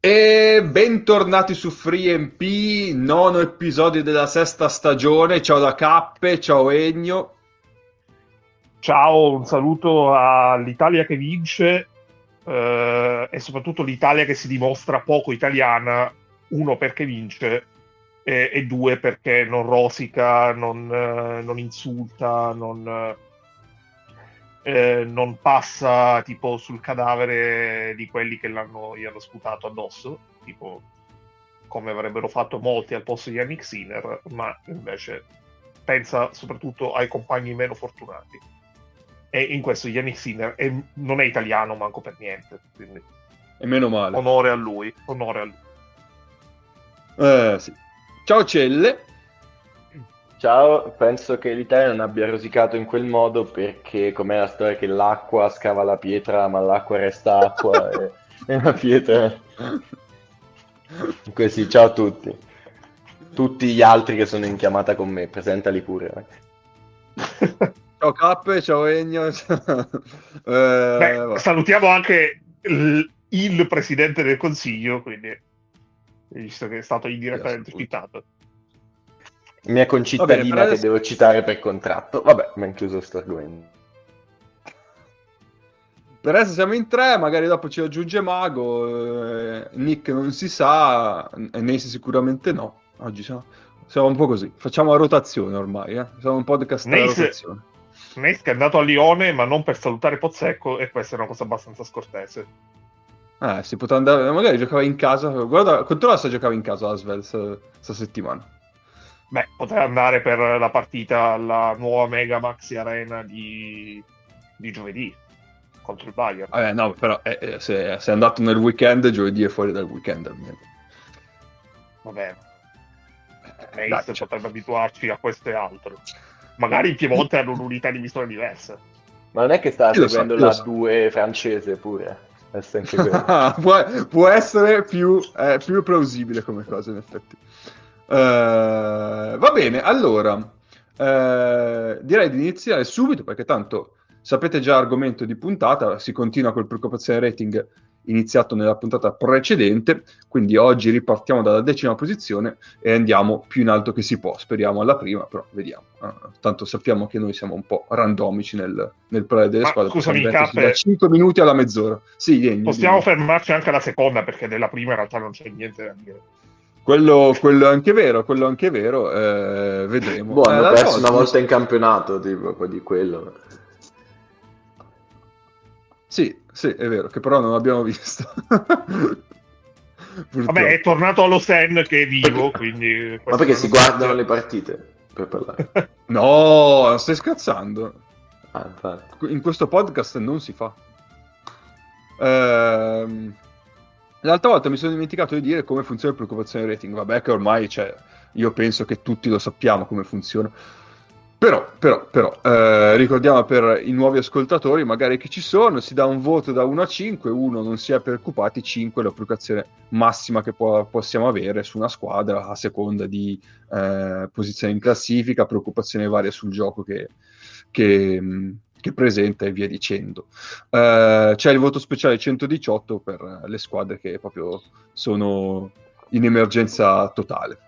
E bentornati su FreeMP, nono episodio della sesta stagione. Ciao da Cappe, ciao Ennio. Ciao, un saluto all'Italia che vince e soprattutto l'Italia che si dimostra poco italiana, uno perché vince e due perché non rosica, non insulta, non passa tipo sul cadavere di quelli che gli hanno sputato addosso, tipo come avrebbero fatto molti al posto di Yannick Sinner, ma invece pensa soprattutto ai compagni meno fortunati. E in questo Yannick Sinner non è italiano manco per niente, quindi E meno male. onore a lui, onore a lui. Sì. Ciao Celle. Ciao, penso che l'Italia non abbia rosicato in quel modo perché com'è la storia che l'acqua scava la pietra, ma l'acqua resta acqua e la pietra... Così, ciao a tutti. Tutti gli altri che sono in chiamata con me, presentali pure. Ciao Cappe, ciao Ennio. Salutiamo anche il presidente del consiglio, quindi visto che è stato indirettamente citato. Mia concittadina adesso... che devo citare per contratto. Vabbè, mi ha chiuso sto argomento. Per adesso siamo in tre, magari dopo ci aggiunge Mago, Nick non si sa, e Nace sicuramente no. Oggi siamo un po' così, facciamo a rotazione ormai, siamo un podcast a rotazione. Nace è andato a Lione, ma non per salutare Pozzecco, e questa è una cosa abbastanza scortese. Si potrà andare, magari giocava in casa, guarda, controlla se giocava in casa Asvel sta settimana. Beh, potrà andare per la partita alla nuova Mega Maxi Arena di giovedì contro il Bayern. No, però se è andato nel weekend, giovedì è fuori dal weekend almeno. Vabbè, Nace potrebbe abituarci a questo e altro. Magari in Piemonte hanno un'unità di misura diversa. Ma non è che sta seguendo la 2 francese pure? Può essere più plausibile come cosa, in effetti. Va bene, allora direi di iniziare subito perché tanto sapete già argomento di puntata, si continua col preoccupazione rating iniziato nella puntata precedente, quindi oggi ripartiamo dalla 10ª posizione e andiamo più in alto che si può, speriamo alla prima, però vediamo. Tanto sappiamo che noi siamo un po' randomici nel parlare delle squadre. Scusami, da 5 minuti alla mezz'ora. Sì, possiamo fermarci anche alla seconda, perché nella prima in realtà non c'è niente da dire. Quello è anche vero, vedremo. Hanno perso una volta in campionato, tipo, di quello. Sì, è vero, che però non abbiamo visto. Vabbè, è tornato allo Sen che è vivo, quindi... Ma perché si guardano le partite per parlare? No, non stai scherzando. Infatti. In questo podcast non si fa. L'altra volta mi sono dimenticato di dire come funziona il preoccupazione rating. Vabbè, che ormai io penso che tutti lo sappiamo come funziona. Però, ricordiamo per i nuovi ascoltatori, magari che ci sono, si dà un voto da 1 a 5, 1 non si è preoccupati, 5 è la preoccupazione massima che possiamo avere su una squadra a seconda di posizione in classifica, preoccupazioni varie sul gioco che presenta e via dicendo. C'è il voto speciale 118 per le squadre che proprio sono in emergenza totale.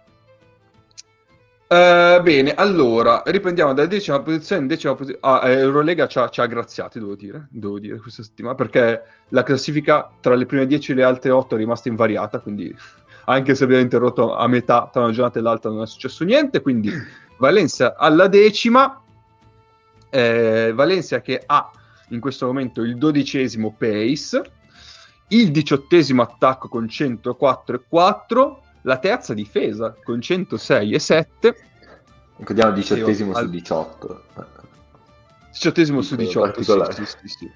Bene, allora riprendiamo dalla 10ª posizione. Eurolega ci ha graziati, devo dire questa settimana, perché la classifica tra le prime 10 e le altre 8 è rimasta invariata, quindi anche se abbiamo interrotto a metà tra una giornata e l'altra non è successo niente, quindi Valencia alla 10ª, Valencia che ha in questo momento il 12° pace, il 18° attacco con 104,4, la terza difesa con 106,7. Ricordiamo 18° su 18. 18° su 18, sì.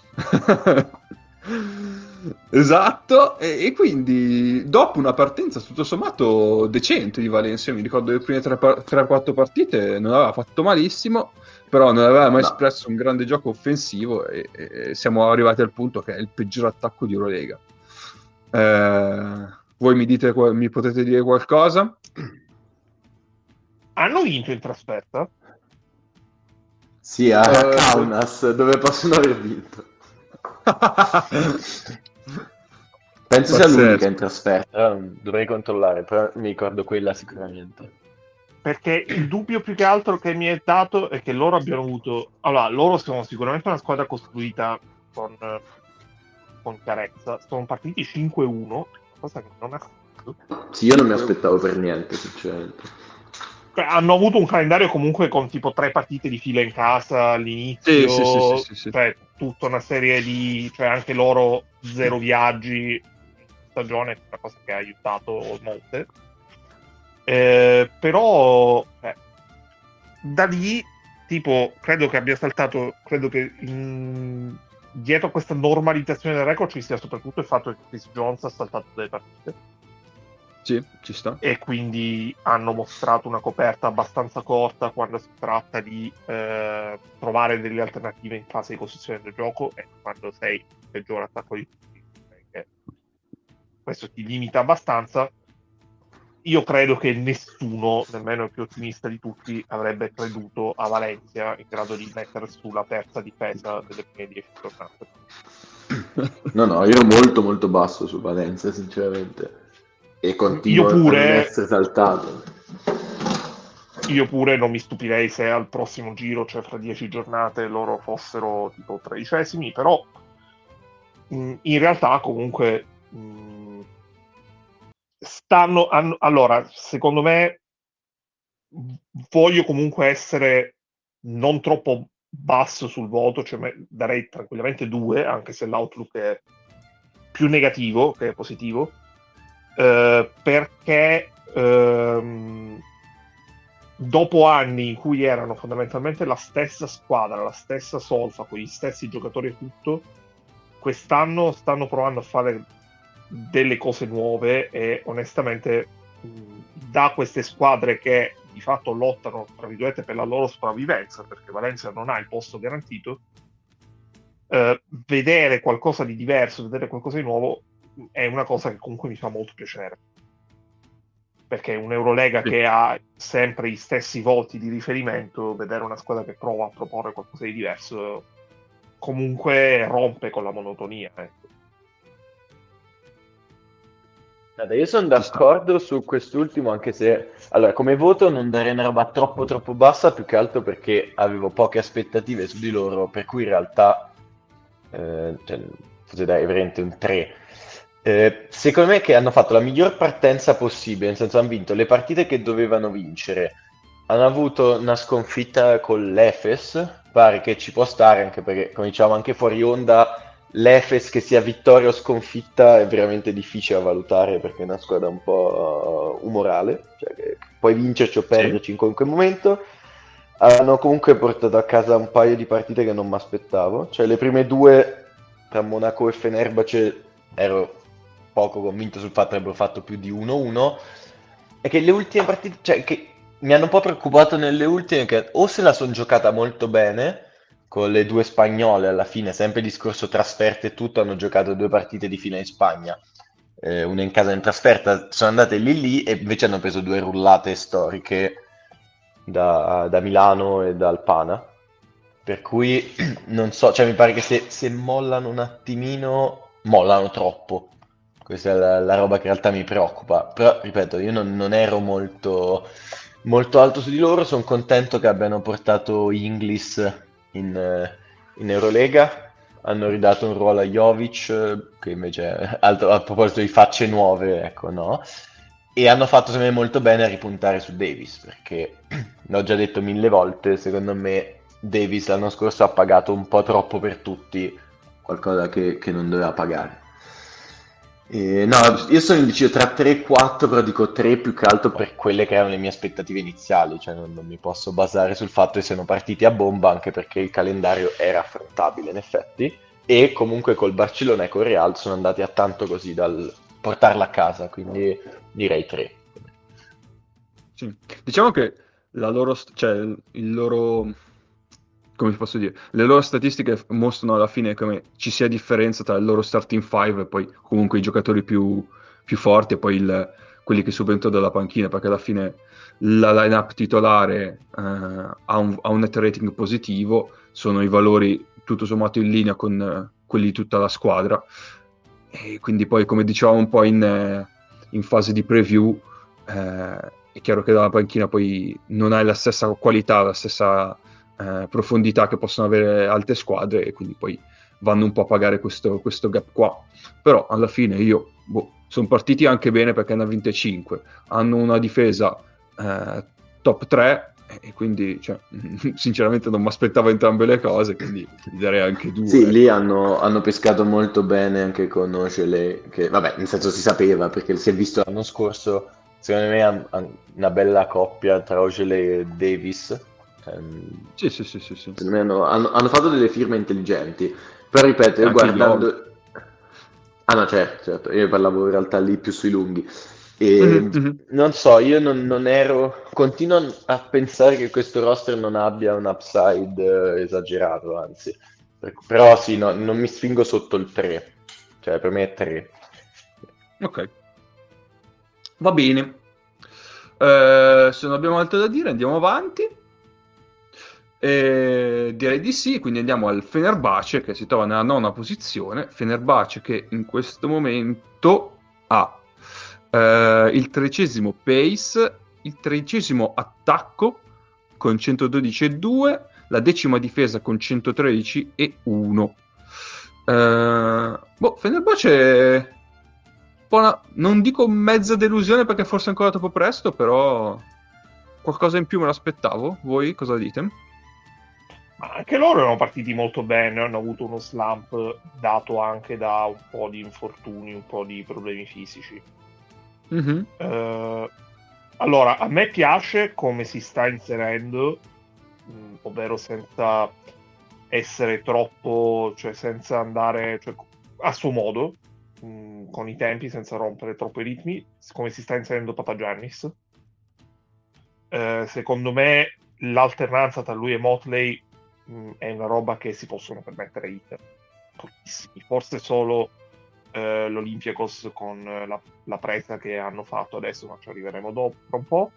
Esatto, e quindi dopo una partenza tutto sommato decente di Valencia, mi ricordo le prime 3-4 partite non aveva fatto malissimo, però non aveva mai espresso un grande gioco offensivo e siamo arrivati al punto che è il peggior attacco di Eurolega. Voi mi potete dire qualcosa? Hanno vinto in trasferta? Sì, a Kaunas, dove possono aver vinto. Penso sia Pazzesco. l'unica in trasferta, dovrei controllare, però mi ricordo quella sicuramente. Perché il dubbio più che altro che mi è dato è che loro abbiano avuto... Allora, loro sono sicuramente una squadra costruita con chiarezza. Sono partiti 5-1, cosa che non è... Sì, io non mi aspettavo per niente, sinceramente. Hanno avuto un calendario comunque con tipo 3 partite di fila in casa all'inizio, Sì. cioè tutta una serie di... cioè anche loro 0 viaggi in stagione, è una cosa che ha aiutato molte. Però da lì tipo credo che abbia saltato, credo che dietro a questa normalizzazione del record ci sia soprattutto il fatto che Chris Jones ha saltato delle partite Sì, ci sta. e quindi hanno mostrato una coperta abbastanza corta quando si tratta di trovare delle alternative in fase di costruzione del gioco, e quando sei il peggiore attacco di tutti, perché questo ti limita abbastanza. Io credo che nessuno, nemmeno il più ottimista di tutti, avrebbe creduto a Valencia in grado di mettere su la terza difesa delle prime 10 giornate. No, io ero molto molto basso su Valencia, sinceramente. E continuo Io pure. a non essere saltato. Io pure non mi stupirei se al prossimo giro, cioè fra 10 giornate, loro fossero tipo 13esimi, però in realtà comunque allora, secondo me voglio comunque essere non troppo basso sul voto, cioè darei tranquillamente 2, anche se l'outlook è più negativo che positivo, perché dopo anni in cui erano fondamentalmente la stessa squadra, la stessa solfa, con gli stessi giocatori e tutto, quest'anno stanno provando a fare delle cose nuove e onestamente da queste squadre che di fatto lottano tra virgolette per la loro sopravvivenza, perché Valencia non ha il posto garantito, vedere qualcosa di diverso, vedere qualcosa di nuovo è una cosa che comunque mi fa molto piacere, perché un'Eurolega che ha sempre gli stessi voti di riferimento, vedere una squadra che prova a proporre qualcosa di diverso comunque rompe con la monotonia, ecco. Io sono d'accordo su quest'ultimo, anche se allora come voto non darei una roba troppo bassa, più che altro perché avevo poche aspettative su di loro, per cui in realtà potrei dare veramente un 3. Secondo me che hanno fatto la miglior partenza possibile, nel senso hanno vinto le partite che dovevano vincere, hanno avuto una sconfitta con l'Efes, pare che ci può stare, anche perché come diciamo anche fuori onda l'Efes che sia vittoria o sconfitta è veramente difficile da valutare, perché è una squadra un po' umorale, cioè che puoi vincerci o perderci in qualunque momento. Hanno comunque portato a casa un paio di partite che non mi aspettavo, cioè le prime 2 tra Monaco e Fenerbahce ero poco convinto sul fatto che avrebbero fatto più di 1-1, e che le ultime partite, cioè che mi hanno un po' preoccupato nelle ultime, che o se la sono giocata molto bene con le 2 spagnole alla fine, sempre discorso trasferte e tutto, hanno giocato 2 partite di fila in Spagna, una in casa e in trasferta, sono andate lì e invece hanno preso 2 rullate storiche da Milano e da Alpana, per cui non so, cioè mi pare che se mollano un attimino, mollano troppo. Questa è la roba che in realtà mi preoccupa, però ripeto, io non ero molto alto su di loro, sono contento che abbiano portato Inglis in Eurolega, hanno ridato un ruolo a Jovic, che invece, a proposito di facce nuove, ecco no, e hanno fatto secondo me molto bene a ripuntare su Davis, perché l'ho già detto 1000 volte, secondo me Davis l'anno scorso ha pagato un po' troppo per tutti, qualcosa che non doveva pagare. No, io sono indeciso tra 3 e 4, però dico 3 più che altro per quelle che erano le mie aspettative iniziali, cioè non mi posso basare sul fatto che siano partiti a bomba, anche perché il calendario era affrontabile in effetti, e comunque col Barcellona e col Real sono andati a tanto così dal portarla a casa, quindi direi 3. Sì. Diciamo che la loro, cioè il loro, come posso dire, le loro statistiche mostrano alla fine come ci sia differenza tra il loro starting five e poi comunque i giocatori più forti e poi quelli che subentrano dalla panchina, perché alla fine la lineup titolare ha un net rating positivo, sono i valori tutto sommato in linea con quelli di tutta la squadra. e quindi poi, come dicevamo un po' in fase di preview, è chiaro che dalla panchina poi non hai la stessa qualità, la stessa profondità che possono avere altre squadre, e quindi poi vanno un po' a pagare questo gap qua. Però alla fine sono partiti anche bene, perché ne hanno vinte 5, hanno una difesa top 3, e quindi cioè, sinceramente non mi aspettavo entrambe le cose, quindi gli darei anche 2. Sì, lì hanno pescato molto bene anche con Ogilvy, che vabbè, nel senso si sapeva, perché si è visto l'anno scorso, secondo me una bella coppia tra Ogilvy e Davis. Sì. Secondo me hanno fatto delle firme intelligenti, però ripeto, io Anche guardando... Ah no, certo, io parlavo in realtà lì più sui lunghi. E non so, io non ero... Continuo a pensare che questo roster non abbia un upside esagerato, anzi. Però sì, no, non mi spingo sotto il 3. Cioè, per me è 3. Ok. Va bene. Se non abbiamo altro da dire, andiamo avanti. Direi di sì, quindi andiamo al Fenerbahce, che si trova nella 9ª posizione. Fenerbahce che in questo momento ha il 13° pace, il 13° attacco con 112,2, la 10ª difesa con 113,1. Fenerbahce non dico mezza delusione, perché forse è ancora troppo presto, però qualcosa in più me l'aspettavo. Voi cosa dite? Ma anche loro erano partiti molto bene, hanno avuto uno slump dato anche da un po' di infortuni, un po' di problemi fisici. Allora, a me piace come si sta inserendo, ovvero senza essere troppo, cioè senza andare a suo modo, con i tempi, senza rompere troppo i ritmi, come si sta inserendo Papagiannis. Secondo me l'alternanza tra lui e Motley è una roba che si possono permettere Inter. Pochissimi, forse solo l'Olympiakos con la presa che hanno fatto adesso, ma ci arriveremo dopo tra un po'.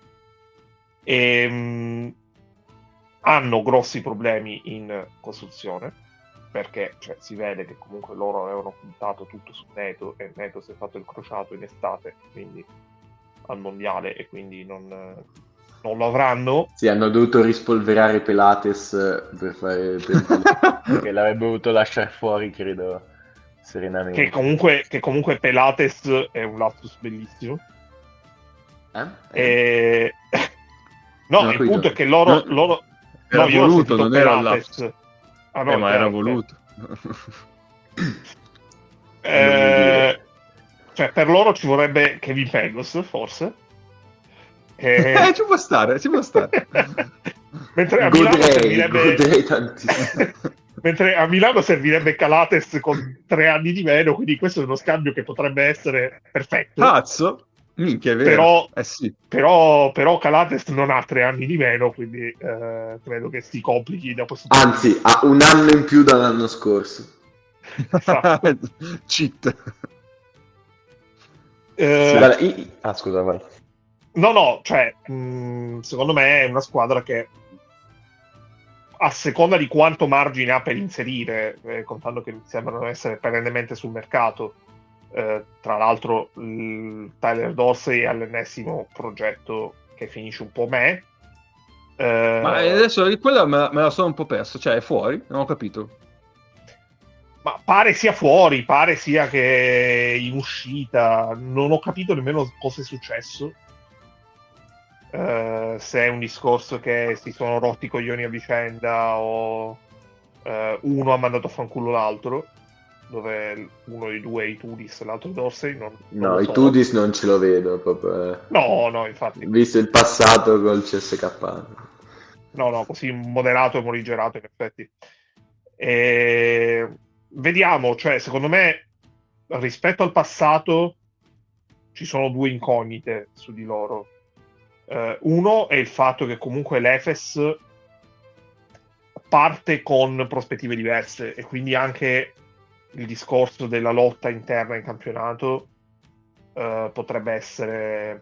Hanno grossi problemi in costruzione, perché si vede che comunque loro avevano puntato tutto su Neto, e Neto si è fatto il crociato in estate, quindi al mondiale, e quindi non lo avranno. Sì, hanno dovuto rispolverare Pelates per fare che l'avrebbe dovuto lasciare fuori, credo, serenamente. Che comunque Pelates è un lapsus bellissimo. No, il punto è che loro era io voluto, non era un Pelates. lapsus. No, ma era voluto. Cioè, per loro ci vorrebbe Kevin Pangos, forse. Ci può stare. Mentre a Milano servirebbe mentre a Milano servirebbe Calates con 3 anni di meno, quindi questo è uno scambio che potrebbe essere perfetto. Cazzo, minchia, è vero. Sì. Però Calates non ha 3 anni di meno, quindi credo che si complichi da questo punto. Anzi, ha un anno in più dall'anno scorso. Esatto. Cheat. Scusa, vai. No, cioè, secondo me è una squadra che, a seconda di quanto margine ha per inserire, contando che sembrano essere perennemente sul mercato, tra l'altro Tyler Dorsey è all'ennesimo progetto che finisce un po' me. Ma adesso quella me la sono un po' persa, cioè è fuori? Non ho capito. Ma pare sia fuori, pare sia che in uscita, non ho capito nemmeno cosa è successo. Se è un discorso che si sono rotti i coglioni a vicenda, o uno ha mandato a fanculo l'altro, dove uno dei due è Itudis e l'altro Dorsey. No, Itudis non ce lo vedo proprio. No, infatti. Visto il passato col CSK. No, così moderato e morigerato in effetti. Vediamo, cioè, secondo me, rispetto al passato ci sono 2 incognite su di loro. Uno è il fatto che comunque l'Efes parte con prospettive diverse, e quindi anche il discorso della lotta interna in campionato potrebbe essere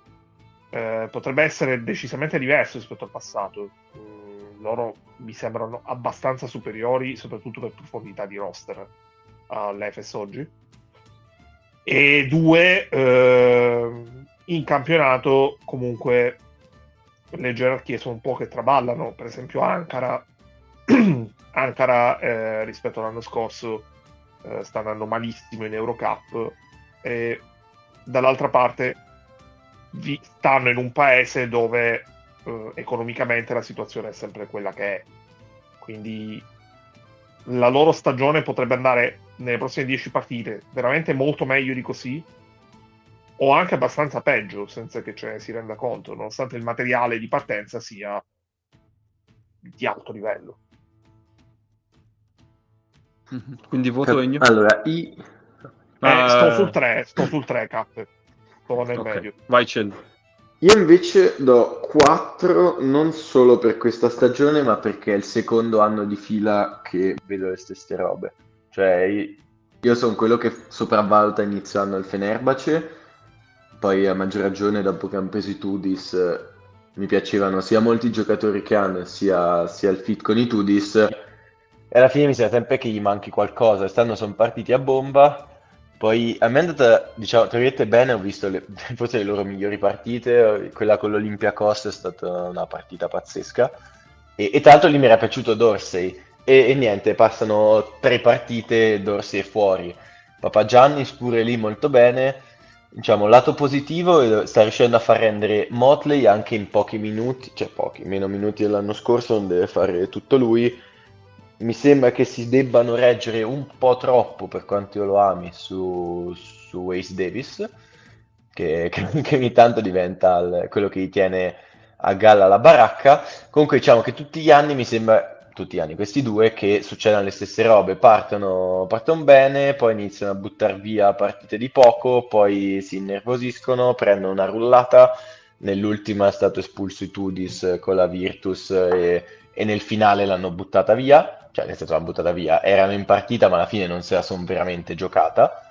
decisamente diverso rispetto al passato. Loro mi sembrano abbastanza superiori, soprattutto per profondità di roster, all'Efes oggi. e 2, in campionato comunque le gerarchie sono un po' che traballano. Per esempio Ankara rispetto all'anno scorso sta andando malissimo in Eurocup, e dall'altra parte stanno in un paese dove economicamente la situazione è sempre quella che è, quindi la loro stagione potrebbe andare nelle prossime 10 partite veramente molto meglio di così, o anche abbastanza peggio senza che ce ne si renda conto, nonostante il materiale di partenza sia di alto livello. Quindi voto Ennio? Allora, sto sul 3 Cap, sto nel medio. Vai Cel. Io invece do 4 non solo per questa stagione, ma perché è il secondo anno di fila che vedo le stesse robe. Cioè, io sono quello che sopravvaluta inizio anno il Fenerbahce, poi a maggior ragione dopo che hanno preso i Tudis mi piacevano sia molti giocatori che hanno, sia il fit con i Tudis, e alla fine mi sembra sempre che gli manchi qualcosa. Quest'anno sono partiti a bomba. Poi a me è andata, diciamo, tra virgolette bene, ho visto forse le loro migliori partite, quella con l'Olympiacos è stata una partita pazzesca, e tra l'altro lì mi era piaciuto Dorsey, e niente, passano 3 partite, Dorsey è fuori, Papagiannis pure lì molto bene, diciamo, lato positivo, sta riuscendo a far rendere Motley anche in pochi minuti, cioè pochi, meno minuti dell'anno scorso, non deve fare tutto lui. Mi sembra che si debbano reggere un po' troppo, per quanto io lo ami, su Ace Davis, che ogni tanto diventa quello che gli tiene a galla la baracca. Comunque diciamo che tutti gli anni mi sembra, tutti gli anni, questi due, che succedono le stesse robe, partono bene, poi iniziano a buttare via partite di poco, poi si innervosiscono, prendono una rullata. Nell'ultima è stato espulso i Tudis con la Virtus e nel finale l'hanno buttata via. Cioè, nel senso, l'hanno buttata via, erano in partita, ma alla fine non se la sono veramente giocata.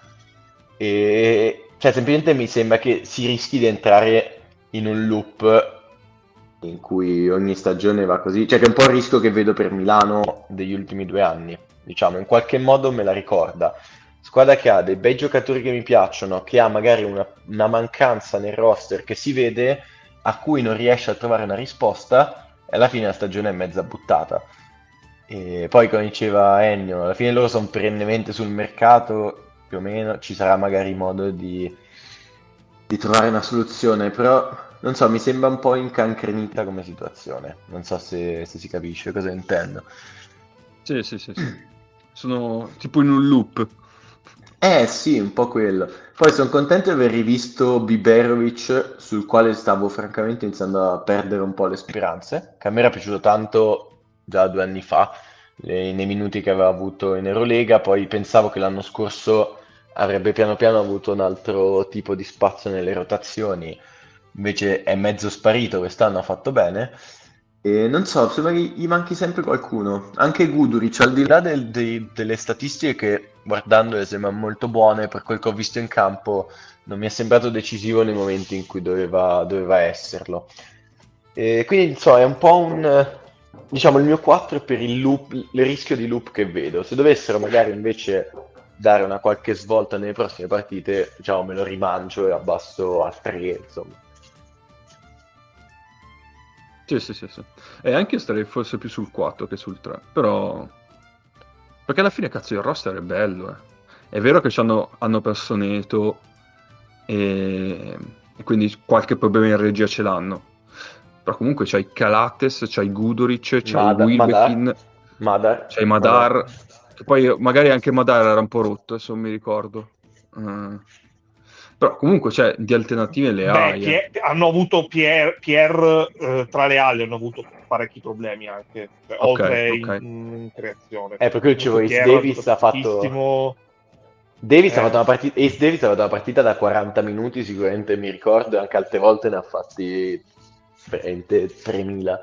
E cioè, semplicemente mi sembra che si rischi di entrare in un loop in cui ogni stagione va così. Cioè, che è un po' il rischio che vedo per Milano degli ultimi 2 anni. Diciamo, in qualche modo me la ricorda. Squadra che ha dei bei giocatori che mi piacciono, che ha magari una mancanza nel roster che si vede, a cui non riesce a trovare una risposta, e alla fine la stagione è mezza buttata. E poi, come diceva Ennio, alla fine loro sono perennemente sul mercato, più o meno, ci sarà magari modo di trovare una soluzione, però non so, mi sembra un po' incancrenita come situazione, non so se si capisce cosa intendo. Sì. Sono tipo in un loop. Sì, un po' quello. Poi sono contento di aver rivisto Biberovic, sul quale stavo francamente iniziando a perdere un po' le speranze, che a me era piaciuto tanto già 2 anni fa, nei minuti che aveva avuto in Eurolega. Poi pensavo che l'anno scorso avrebbe piano piano avuto un altro tipo di spazio nelle rotazioni, invece è mezzo sparito, quest'anno ha fatto bene, e non so, sembra che gli manchi sempre qualcuno. Anche Guduric, al di là delle statistiche che guardandole sembrano molto buone, per quel che ho visto in campo non mi è sembrato decisivo nei momenti in cui doveva esserlo. E quindi insomma è un po' diciamo, il mio 4 è per il rischio di loop che vedo. Se dovessero magari invece dare una qualche svolta nelle prossime partite, diciamo, me lo rimangio e abbasso a 3, insomma. Sì. E anche io starei forse più sul 4 che sul 3, però... Perché alla fine, cazzo, il roster è bello, eh. È vero che hanno perso Neto e quindi qualche problema in regia ce l'hanno. Però comunque c'hai Calates, c'hai Guduric, c'hai Wilbekin, c'hai Madar. Che poi magari anche Madar era un po' rotto, adesso non mi ricordo. Però comunque di alternative le hai. Hanno avuto Pierre tra le ali, hanno avuto parecchi problemi anche, oltre in creazione. Per cui dicevo, Ace Davis ha fatto... Davis ha fatto una partita, Ace Davis ha fatto una partita da 40 minuti, sicuramente mi ricordo, e anche altre volte ne ha fatti 3.000.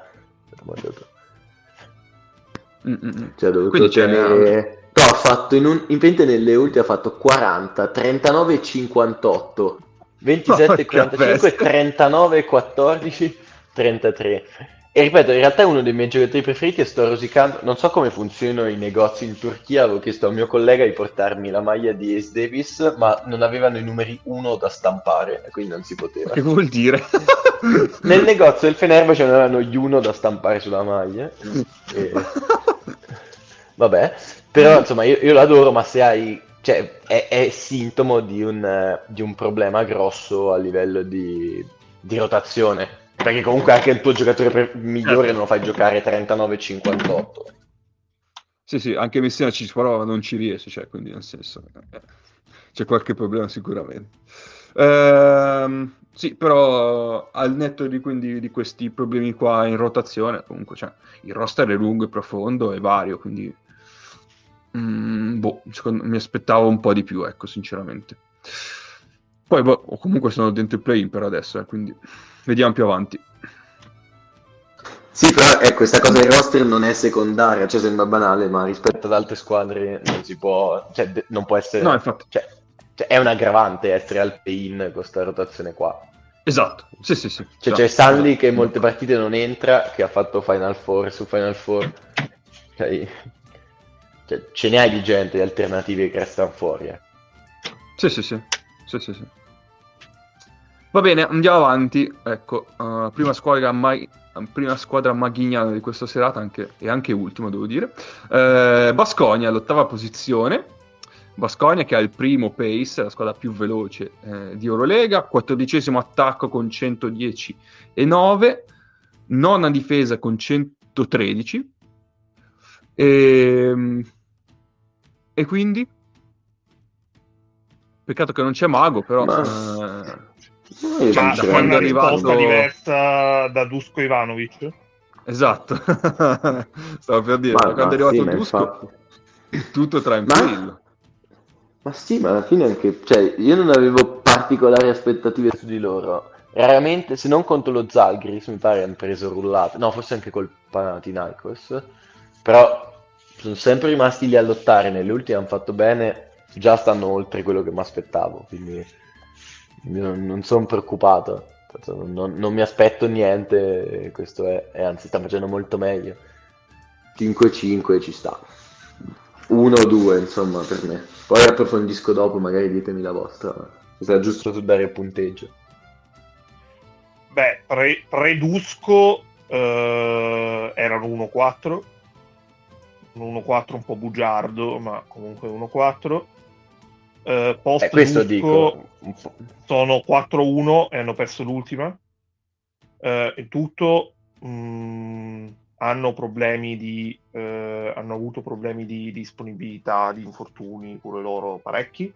Cioè, ha dovuto tenere... No, ha fatto nelle ultime ha fatto 40, 39 e 58, 27 e 45, 39 e 14, 33. E ripeto, in realtà è uno dei miei giocatori preferiti e sto rosicando. Non so come funzionano i negozi in Turchia. Avevo chiesto a un mio collega di portarmi la maglia di Ace Davis, ma non avevano i numeri 1 da stampare, e quindi non si poteva. Che vuol dire? Nel negozio del Fenerbahce non avevano gli 1 da stampare sulla maglia. E... Vabbè, però insomma io l'adoro, ma se hai... Cioè, è sintomo di un problema grosso a livello di rotazione. Perché comunque anche il tuo giocatore migliore non lo fai giocare 39-58. Sì, sì, anche Messina ci prova, non ci riesce, cioè, quindi nel senso c'è qualche problema sicuramente. Sì, però al netto di questi problemi qua in rotazione, comunque cioè, il roster è lungo e profondo e vario, quindi mi aspettavo un po' di più, ecco, sinceramente. Poi, comunque sono dentro il play-in per adesso, quindi vediamo più avanti. Sì, però questa cosa del roster non è secondaria, cioè sembra banale, ma rispetto ad altre squadre non si può, cioè non può essere, No, infatti. Cioè, è un aggravante essere al play-in con questa rotazione qua. Esatto, sì. Cioè c'è Stanley che in molte partite non entra, che ha fatto Final Four su Final Four, cioè, ce ne hai di gente, di alternative che restano fuori. Sì. Va bene, andiamo avanti. Ecco, prima squadra maghignana di questa serata, e anche ultima, devo dire. Baskonia all'ottava posizione. Baskonia che ha il primo pace, la squadra più veloce di Eurolega, 14esimo attacco con 110,9, nona difesa con 113. E quindi? Peccato che non c'è Mago, però... Ma da c'è quando una è arrivato... risposta diversa da Dusko Ivanovic? Esatto, stavo per dire, da quando è arrivato Dusko, tutto tranquillo. Ma sì, ma alla fine anche, cioè, io non avevo particolari aspettative su di loro. Raramente, se non contro lo Zalgiris, mi pare hanno preso rullate. No, forse anche col Panathinaikos. Però sono sempre rimasti lì a lottare. Nelle ultime hanno fatto bene. Già stanno oltre quello che mi aspettavo. Quindi non sono preoccupato. Non mi aspetto niente. Questo è, anzi, sta facendo molto meglio. 5-5 ci sta. 1-2 insomma per me. Poi approfondisco dopo, magari ditemi la vostra. Sarà giusto su dare il punteggio. Beh, pre-Dusko erano 1-4. Un 1-4 un po' bugiardo, ma comunque 1-4. Post questo Dusko dico. sono 4-1 e hanno perso l'ultima. In tutto hanno avuto problemi di disponibilità, di infortuni, pure loro parecchi.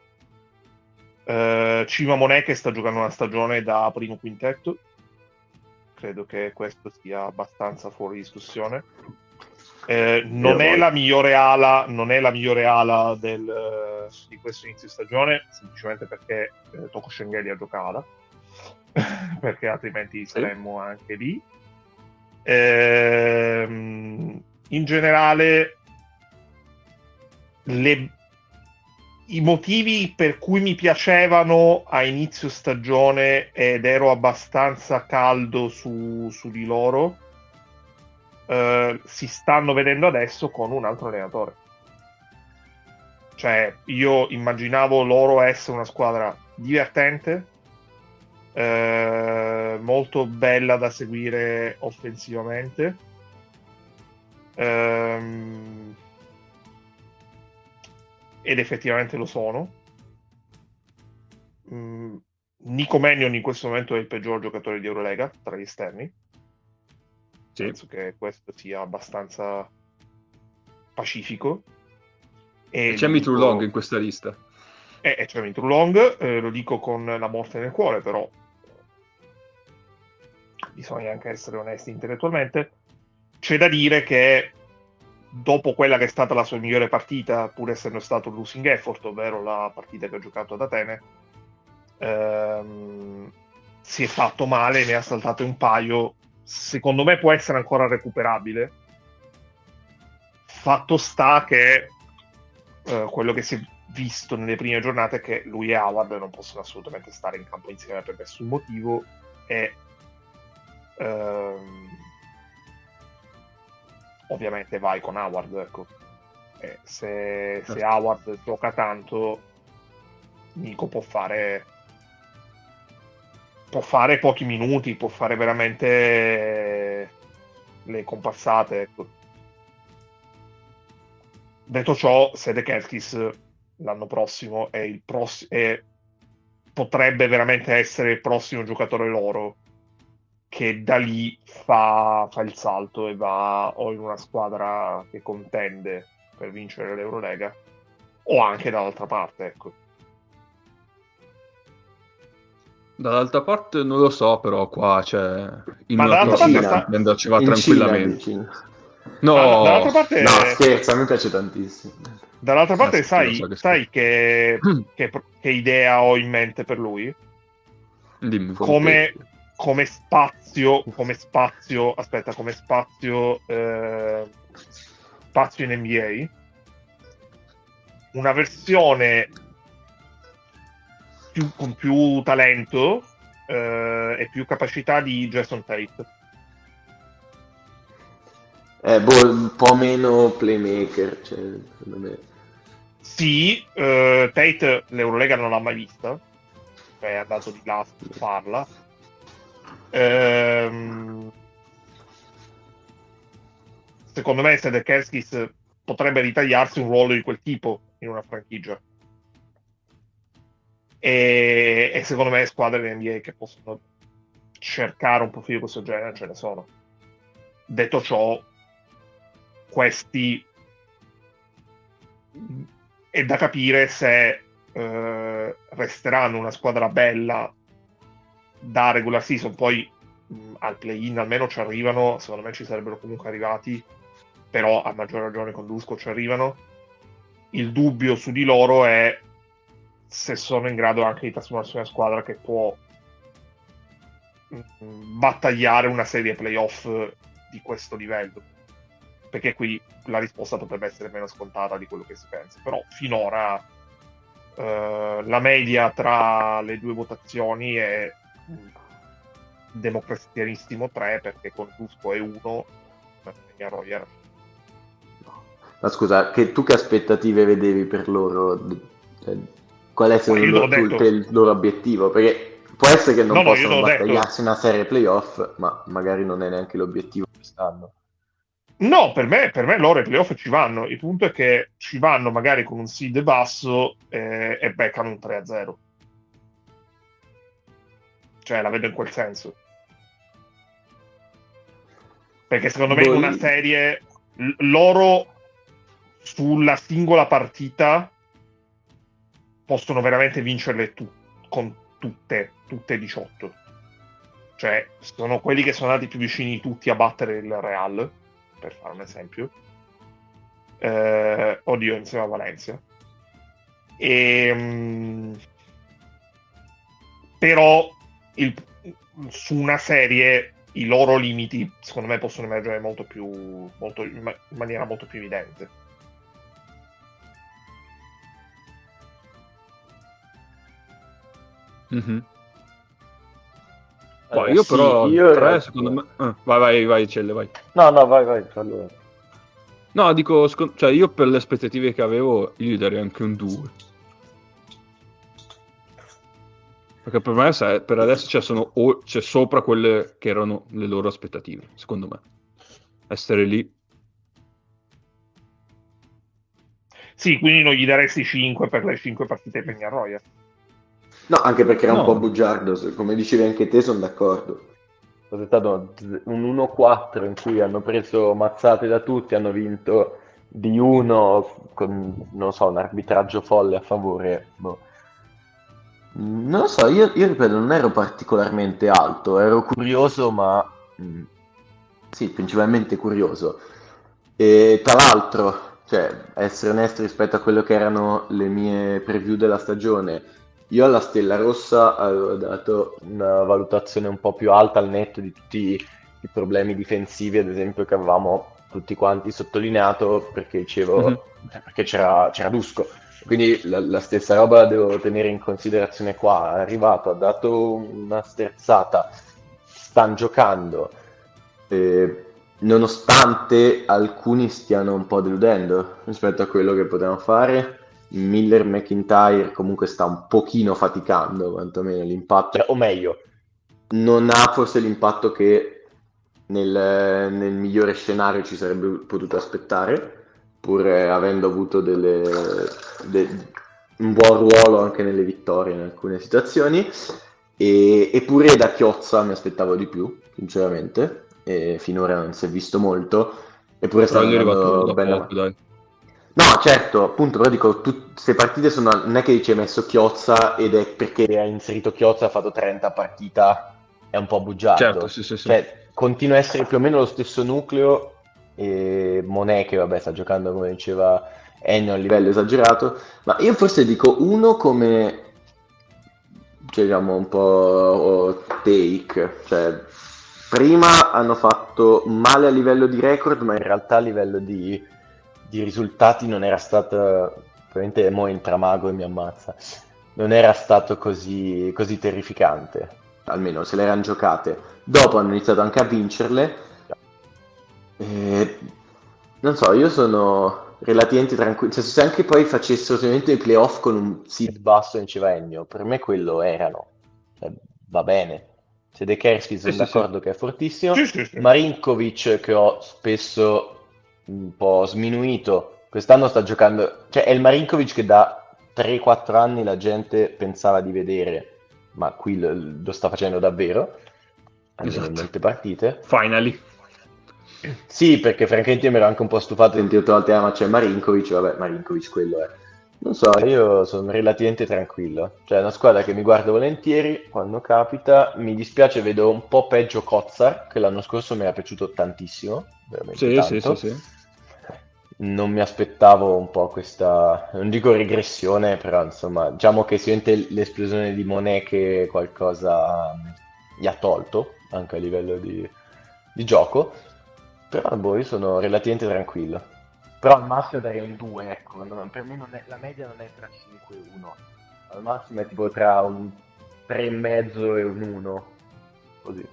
Cima Monet che sta giocando una stagione da primo quintetto, credo che questo sia abbastanza fuori discussione. Non è la migliore ala di questo inizio di stagione, semplicemente perché Toko Schengelli ha giocato perché altrimenti saremmo anche lì. In generale i motivi per cui mi piacevano a inizio stagione ed ero abbastanza caldo su di loro si stanno vedendo adesso con un altro allenatore. Cioè, io immaginavo loro essere una squadra divertente, molto bella da seguire offensivamente, ed effettivamente lo sono. Nico Mannion in questo momento è il peggior giocatore di Eurolega tra gli esterni. Sì. Penso che questo sia abbastanza pacifico. E c'è Mitru Long in questa lista. E c'è Mitru Long, lo dico con la morte nel cuore, però bisogna anche essere onesti intellettualmente. C'è da dire che dopo quella che è stata la sua migliore partita, pur essendo stato un losing effort, ovvero la partita che ha giocato ad Atene, si è fatto male, ne ha saltate un paio. Secondo me può essere ancora recuperabile. Fatto sta che quello che si è visto nelle prime giornate è che lui e Howard non possono assolutamente stare in campo insieme per nessun motivo, e ovviamente vai con Howard, ecco. Se Howard gioca tanto, Nico può fare pochi minuti, può fare veramente le compassate, ecco. Detto ciò, Sedekerskis l'anno prossimo potrebbe veramente essere il prossimo giocatore loro, che da lì fa il salto e va o in una squadra che contende per vincere l'Eurolega o anche dall'altra parte, ecco. Dall'altra parte non lo so, però qua c'è in Ma una dall'altra tournament parte ci va in tranquillamente. Cina. No, dall'altra parte, No, scherzo, a me piace tantissimo. dall'altra parte sì, lo so sai che idea ho in mente per lui? Dimmi. Come spazio in NBA, una versione con più talento e più capacità di Jason Tate. Un po' meno playmaker, cioè, secondo me. Sì, Tate l'Eurolega non l'ha mai vista, è andato di là a farla. Secondo me Sedekerskis potrebbe ritagliarsi un ruolo di quel tipo in una franchigia, e secondo me squadre di NBA che possono cercare un profilo di questo genere ce ne sono. Detto ciò, questi è da capire se resteranno una squadra bella da regular season. Poi al play-in almeno ci arrivano, secondo me ci sarebbero comunque arrivati, però a maggior ragione con Dusko ci arrivano. Il dubbio su di loro è se sono in grado anche di trasformarsi in una squadra che può battagliare una serie playoff di questo livello, perché qui la risposta potrebbe essere meno scontata di quello che si pensa. Però finora la media tra le due votazioni è democristianissimo 3, perché con Dusko è 1, Royer. Ma scusa, tu che aspettative vedevi per loro? Cioè, qual è secondo te il loro obiettivo? Perché può essere che non possano battagliarsi una serie playoff, ma magari non è neanche l'obiettivo quest'anno. No, per me loro ai playoff ci vanno. Il punto è che ci vanno magari con un seed basso e beccano un 3-0. Cioè, la vedo in quel senso. Perché secondo me in una serie loro sulla singola partita possono veramente vincerle con tutte 18. Cioè, sono quelli che sono andati più vicini tutti a battere il Real, per fare un esempio. Oddio, insieme a Valencia. Però su una serie i loro limiti secondo me possono emergere in maniera molto più evidente. Mm-hmm. Io sì, però 3 secondo me vai Celle, vai. No, vai allora. No, dico, cioè io per le aspettative che avevo io gli darei anche un 2, perché per me per adesso c'è sopra quelle che erano le loro aspettative, secondo me essere lì. Sì, quindi non gli daresti 5 per le 5 partite di Peñarroya? No, anche perché era un po' bugiardo, come dicevi anche te, sono d'accordo. È stato un 1-4 in cui hanno preso mazzate da tutti, hanno vinto di 1 con, non so, un arbitraggio folle a favore. Boh. Non lo so, io ripeto, non ero particolarmente alto, ero curioso, ma sì, principalmente curioso. E tra l'altro, cioè, essere onesto rispetto a quello che erano le mie preview della stagione, io alla Stella Rossa avevo dato una valutazione un po' più alta al netto di tutti i problemi difensivi, ad esempio, che avevamo tutti quanti sottolineato, perché dicevo, perché c'era Dusko. Quindi la stessa roba la devo tenere in considerazione qua. È arrivato, ha dato una sterzata, stanno giocando. nonostante alcuni stiano un po' deludendo rispetto a quello che potevano fare. Miller McIntyre comunque sta un pochino faticando, quantomeno l'impatto, o meglio, non ha forse l'impatto che nel migliore scenario ci sarebbe potuto aspettare, pur avendo avuto un buon ruolo anche nelle vittorie in alcune situazioni. Eppure da Chiozza mi aspettavo di più, sinceramente, e finora non si è visto molto, eppure Però stanno gli è arrivato andando da bene. poco, dai. No, certo, appunto, però dico, queste partite sono, non è che ci hai messo Chiozza ed è perché hai inserito Chiozza, ha fatto 30 partita, è un po' Certo, bugiardo. sì, sì, sì. Cioè, continua a essere più o meno lo stesso nucleo, e Monet che vabbè sta giocando, come diceva Ennio, a un livello esagerato, ma io forse dico uno come, cioè, diciamo, un po' take, cioè, prima hanno fatto male a livello di record, ma in realtà a livello di risultati non era stato, probabilmente mo entra Mago e mi ammazza, non era stato così terrificante, almeno se le erano giocate. Dopo hanno iniziato anche a vincerle, e non so, io sono relativamente tranquillo, cioè, se anche poi facessero solamente i playoff con un seed basso in Civegno, per me quello erano. Cioè, va bene. Se De Kerski Sì, sono sì, sì. d'accordo che è fortissimo, Sì, sì, sì. Marinkovic che ho spesso un po' sminuito, quest'anno sta giocando, cioè è il Marinkovic che da 3-4 anni la gente pensava di vedere, ma qui lo sta facendo davvero, almeno in Esatto. molte partite. Finally. Sì, perché francamente mi ero anche un po' stufato di sentire tutte le volte, ma c'è Marinkovic, vabbè, Marinkovic quello è. Non so, io sono relativamente tranquillo. Cioè, è una squadra che mi guardo volentieri quando capita. Mi dispiace, vedo un po' peggio Kotsar, che l'anno scorso mi era piaciuto tantissimo, veramente Sì, sì, sì, tanto. sì. Non mi aspettavo un po' questa, non dico regressione, però insomma, diciamo che sicuramente l'esplosione di Monet che qualcosa gli ha tolto, anche a livello di gioco. Però boh, io sono relativamente tranquillo. Però al massimo darei un 2, ecco. Per me la media non è tra 5 e 1. Al massimo è tipo tra un 3,5 e un 1. Così.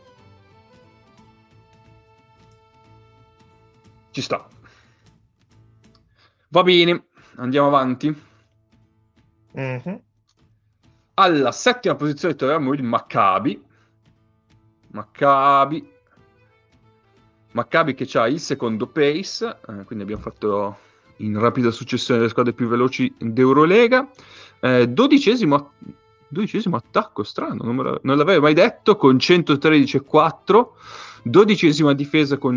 Ci sta. Va bene, andiamo avanti. Mhm. Alla settima posizione troviamo il Maccabi. Maccabi che ha il secondo pace, quindi abbiamo fatto in rapida successione le squadre più veloci d'Eurolega. Dodicesimo attacco, strano, non l'avevo mai detto, con 113,4. Dodicesima difesa con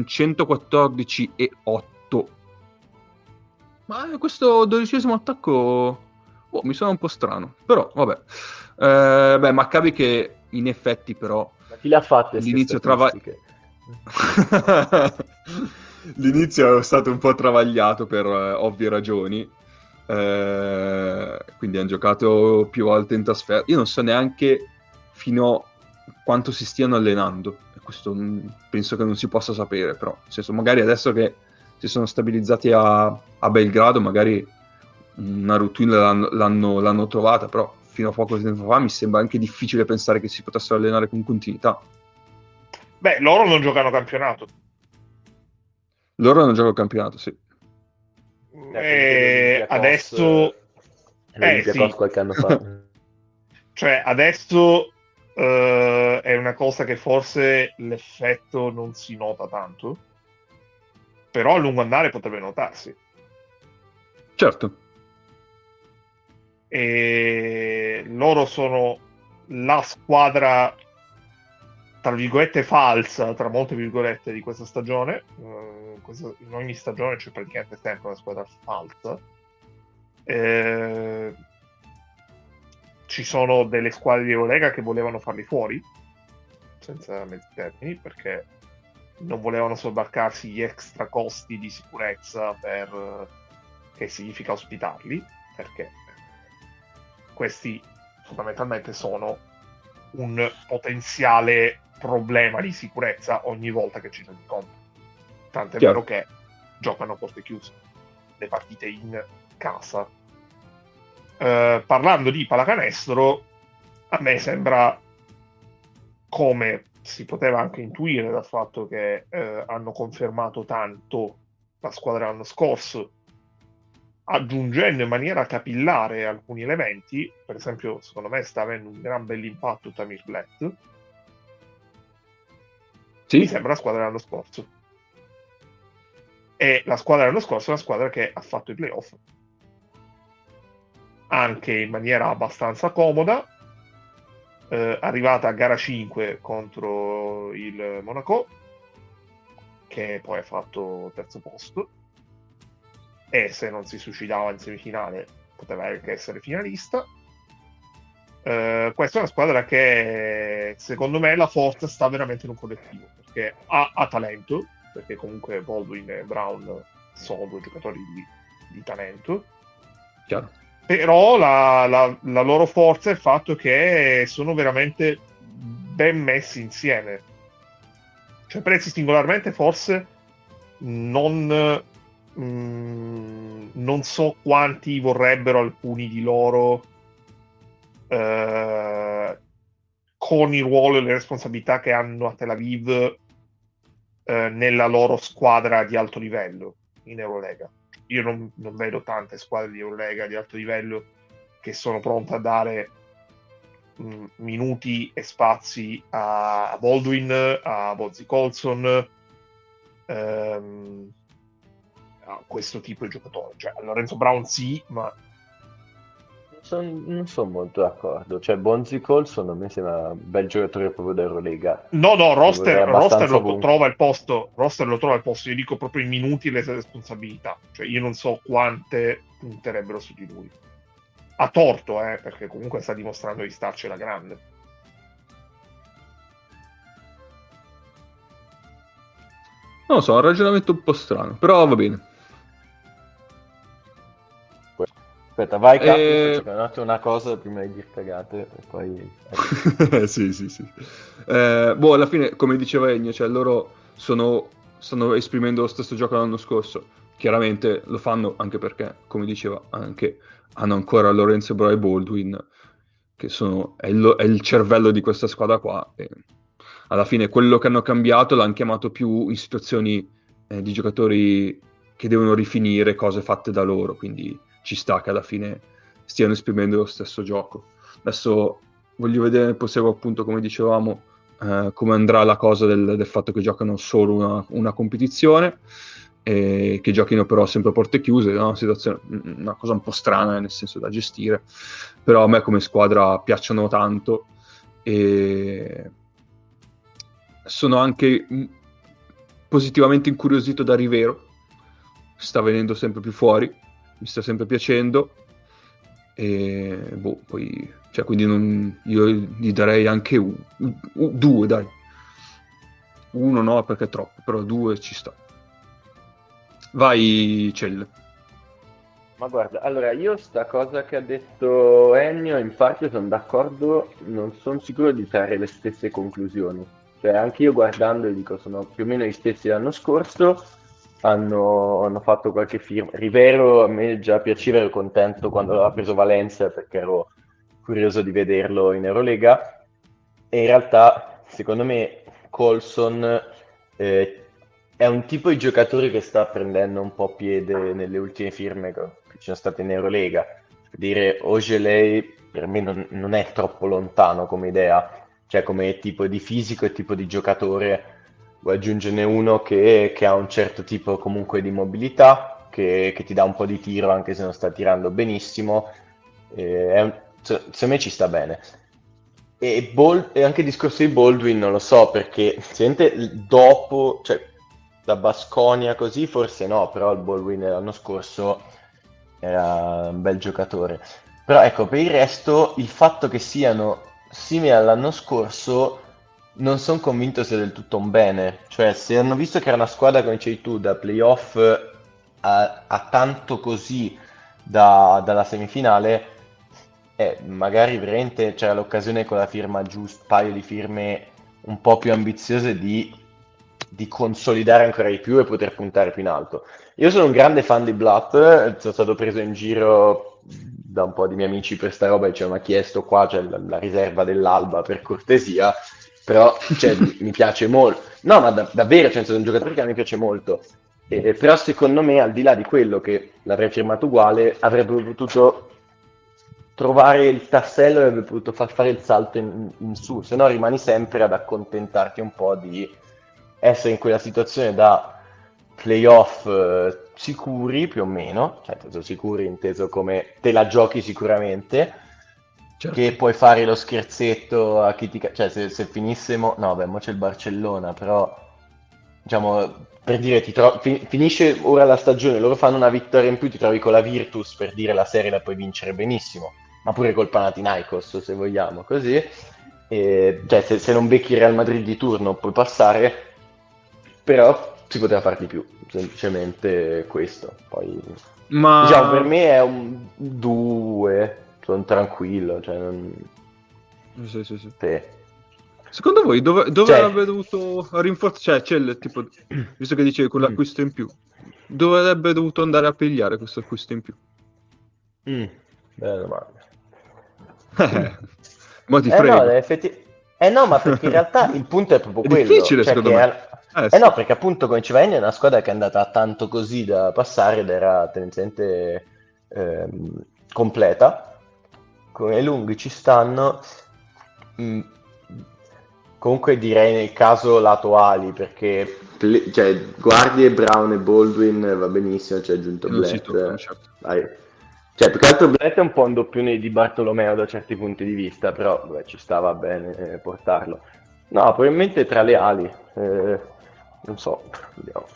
114,8. Ma questo dodicesimo attacco mi suona un po' strano, però vabbè. Beh, Maccabi che in effetti però Ma chi le ha fatte queste l'inizio statistiche? l'inizio è stato un po' travagliato per ovvie ragioni. Quindi hanno giocato più volte in trasferta. Io non so neanche fino a quanto si stiano allenando. E questo penso che non si possa sapere, però nel senso, magari adesso che si sono stabilizzati a Belgrado, magari una routine l'hanno trovata, però fino a poco tempo fa mi sembra anche difficile pensare che si potessero allenare con continuità. Beh, loro non giocano campionato. Loro hanno giocato il campionato, sì. Adesso... L'Olympiacos sì. qualche anno fa. Cioè, adesso è una cosa che forse l'effetto non si nota tanto, però a lungo andare potrebbe notarsi. Certo. E loro sono la squadra, tra virgolette, falsa, tra molte virgolette, di questa stagione. In ogni stagione c'è praticamente sempre una squadra falsa. Ci sono delle squadre di Eurolega che volevano farli fuori, senza mezzi termini, perché non volevano sobbarcarsi gli extra costi di sicurezza che significa ospitarli, perché questi fondamentalmente sono un potenziale problema di sicurezza ogni volta che ci sono incontri. Tant'è Chiaro. vero che giocano a porte chiuse le partite in casa. Parlando di pallacanestro, a me sembra come si poteva anche intuire dal fatto che hanno confermato tanto la squadra l'anno scorso, aggiungendo in maniera capillare alcuni elementi. Per esempio, secondo me sta avendo un gran bell'impatto Tamir Blatt. Sì? Mi sembra la squadra dell'anno scorso. E la squadra dell'anno scorso è una squadra che ha fatto i playoff anche in maniera abbastanza comoda, arrivata a gara 5 contro il Monaco, che poi ha fatto terzo posto, e se non si suicidava in semifinale poteva anche essere finalista. Questa è una squadra che secondo me la forza sta veramente in un collettivo, perché ha talento, perché comunque Baldwin e Brown sono due giocatori di talento. Chiaro. Però la loro forza è il fatto che sono veramente ben messi insieme. Cioè, presi singolarmente forse non so quanti vorrebbero alcuni di loro con il ruolo e le responsabilità che hanno a Tel Aviv nella loro squadra di alto livello in Eurolega. Io non vedo tante squadre di Eurolega di alto livello che sono pronte a dare minuti e spazi a Baldwin, a Bonzi Colson, a questo tipo di giocatore. Cioè, a Lorenzo Brown sì, ma non sono molto d'accordo. Cioè, Bonzi Colson a me sembra un bel giocatore proprio d'Eurolega. no, Roster lo ovunque. trova il posto. Roster lo trova il posto. Io dico proprio i minuti e le responsabilità. Cioè, io non so quante punterebbero su di lui. A torto, perché comunque sta dimostrando di starcela grande. Non lo so, è un ragionamento un po' strano, però va bene. Aspetta, vai Capi, faccio una cosa prima di dire cagate e poi... sì. Alla fine, come diceva Ennio, cioè loro stanno esprimendo lo stesso gioco dell'anno scorso. Chiaramente lo fanno anche perché, come diceva, anche hanno ancora Lorenzo Brown e Baldwin, che è il cervello di questa squadra qua. E alla fine quello che hanno cambiato l'hanno chiamato più in situazioni di giocatori che devono rifinire cose fatte da loro, quindi ci sta che alla fine stiano esprimendo lo stesso gioco. Adesso voglio vedere nel proseguo, appunto, come dicevamo, come andrà la cosa del fatto che giocano solo una competizione e che giochino però sempre a porte chiuse. È una situazione, una cosa un po' strana, nel senso, da gestire, però a me come squadra piacciono tanto e sono anche positivamente incuriosito da Rivero, sta venendo sempre più fuori, mi sta sempre piacendo e poi, cioè, quindi io gli darei anche due, dai. Uno no, perché è troppo, però due ci sta. Vai, Cell. Ma guarda, allora io sta cosa che ha detto Ennio in parte sono d'accordo, non sono sicuro di trarre le stesse conclusioni. Cioè, anche io guardando dico sono più o meno gli stessi dell'anno scorso. Hanno fatto qualche firma. Rivero a me già piaceva, ero contento quando aveva preso Valencia perché ero curioso di vederlo in Eurolega, e in realtà secondo me Colson è un tipo di giocatore che sta prendendo un po' piede nelle ultime firme che ci sono state in Eurolega. Per dire, Ojeley per me non è troppo lontano come idea, cioè come tipo di fisico e tipo di giocatore. Vuoi aggiungerne uno che ha un certo tipo comunque di mobilità, che ti dà un po' di tiro anche se non sta tirando benissimo, secondo me ci sta bene. E anche il discorso di Baldwin non lo so, perché sente dopo, cioè da Baskonia così forse no, però il Baldwin l'anno scorso era un bel giocatore. Però ecco, per il resto il fatto che siano simili all'anno scorso non sono convinto sia del tutto un bene. Cioè, se hanno visto che era una squadra, come dicevi tu, da playoff a tanto così dalla semifinale, magari veramente c'era l'occasione con la firma giusta, un paio di firme un po' più ambiziose di consolidare ancora di più e poter puntare più in alto. Io sono un grande fan di Blatt, sono stato preso in giro da un po' di miei amici per sta roba e ci hanno chiesto qua c'è la riserva dell'Alba, per cortesia. Però, cioè, mi piace molto. No, ma davvero, cioè, è un giocatore che a me piace molto. Però secondo me, al di là di quello che l'avrei firmato uguale, avrebbe potuto trovare il tassello e avrebbe potuto far fare il salto in su, se no rimani sempre ad accontentarti un po' di essere in quella situazione da playoff sicuri più o meno, cioè inteso sicuri inteso come te la giochi sicuramente, Certo. che puoi fare lo scherzetto a chi ti... cioè se finissimo... No, beh, mo c'è il Barcellona, però diciamo, per dire, finisce ora la stagione, loro fanno una vittoria in più, ti trovi con la Virtus, per dire la serie la puoi vincere benissimo, ma pure col Panathinaikos se vogliamo, così. Cioè se non becchi il Real Madrid di turno puoi passare, però si poteva fare di più, semplicemente questo. Poi, diciamo, per Ma me è un 2, sono tranquillo, cioè non... sì, sì, sì. Sì. Secondo voi dove Cioè... avrebbe dovuto rinforzare? Cioè, c'è il tipo, visto che dicevi quell'acquisto in più, dove avrebbe dovuto andare a pigliare questo acquisto in più? Bella domanda. Ma ti No, frego. no, ma perché in realtà il punto è proprio È quello, difficile, cioè secondo che me. no, Sì. perché appunto come diceva Ennio è una squadra che è andata tanto così da passare ed era tendenzialmente completa, come i lunghi ci stanno. Mm, Comunque direi nel caso lato ali, perché cioè, guardie Brown e Baldwin va benissimo, c'è aggiunto Non si Blatt, toccano, certo. dai. Cioè, più che altro Blatt è un po' un doppione di Bartolomeo da certi punti di vista, però vabbè, ci stava bene portarlo. No, probabilmente tra le ali, non so, vediamo.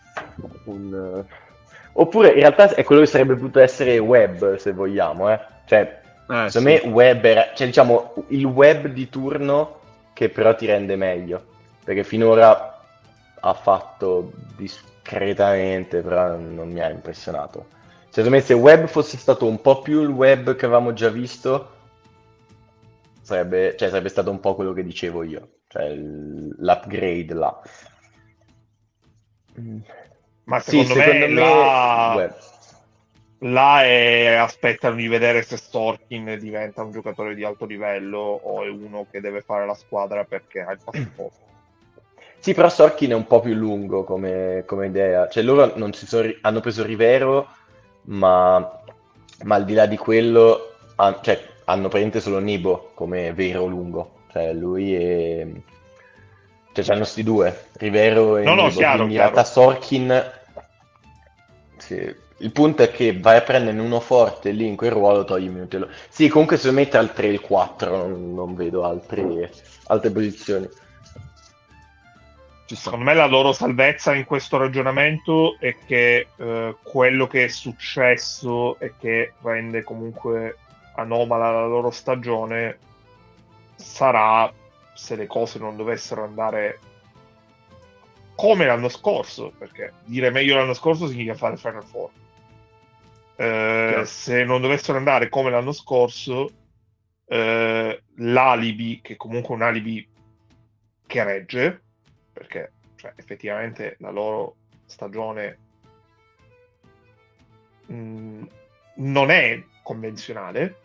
Oppure in realtà è quello che sarebbe potuto essere web, se vogliamo, eh. Cioè, secondo Sì. me web era, cioè diciamo, il web di turno che però ti rende meglio, perché finora ha fatto discretamente, però non mi ha impressionato. Secondo me se web fosse stato un po' più il web che avevamo già visto, sarebbe stato un po' quello che dicevo io, cioè l'upgrade là. Ma Sì, secondo me secondo me web. aspettano di vedere se Sorkin diventa un giocatore di alto livello o è uno che deve fare la squadra perché ha il passaporto. Sì, però Sorkin è un po' più lungo come idea. Cioè, loro non hanno preso Rivero, ma al di là di quello, cioè, hanno praticamente solo Nibo come vero lungo. Cioè, lui e... Cioè, c'hanno sti due, Rivero e No, no, Nibo. chiaro, Quindi in realtà chiaro. Sorkin... Sì. Il punto è che vai a prendere uno forte lì in quel ruolo, togli minuti. Sì, comunque se mette al 3 e il 4, non vedo altre posizioni. Ci sta. Secondo me la loro salvezza in questo ragionamento è che quello che è successo e che rende comunque anomala la loro stagione sarà, se le cose non dovessero andare come l'anno scorso, perché dire meglio l'anno scorso significa fare Final Four. Se non dovessero andare come l'anno scorso, l'alibi, che comunque è un alibi che regge, perché cioè, effettivamente la loro stagione non è convenzionale,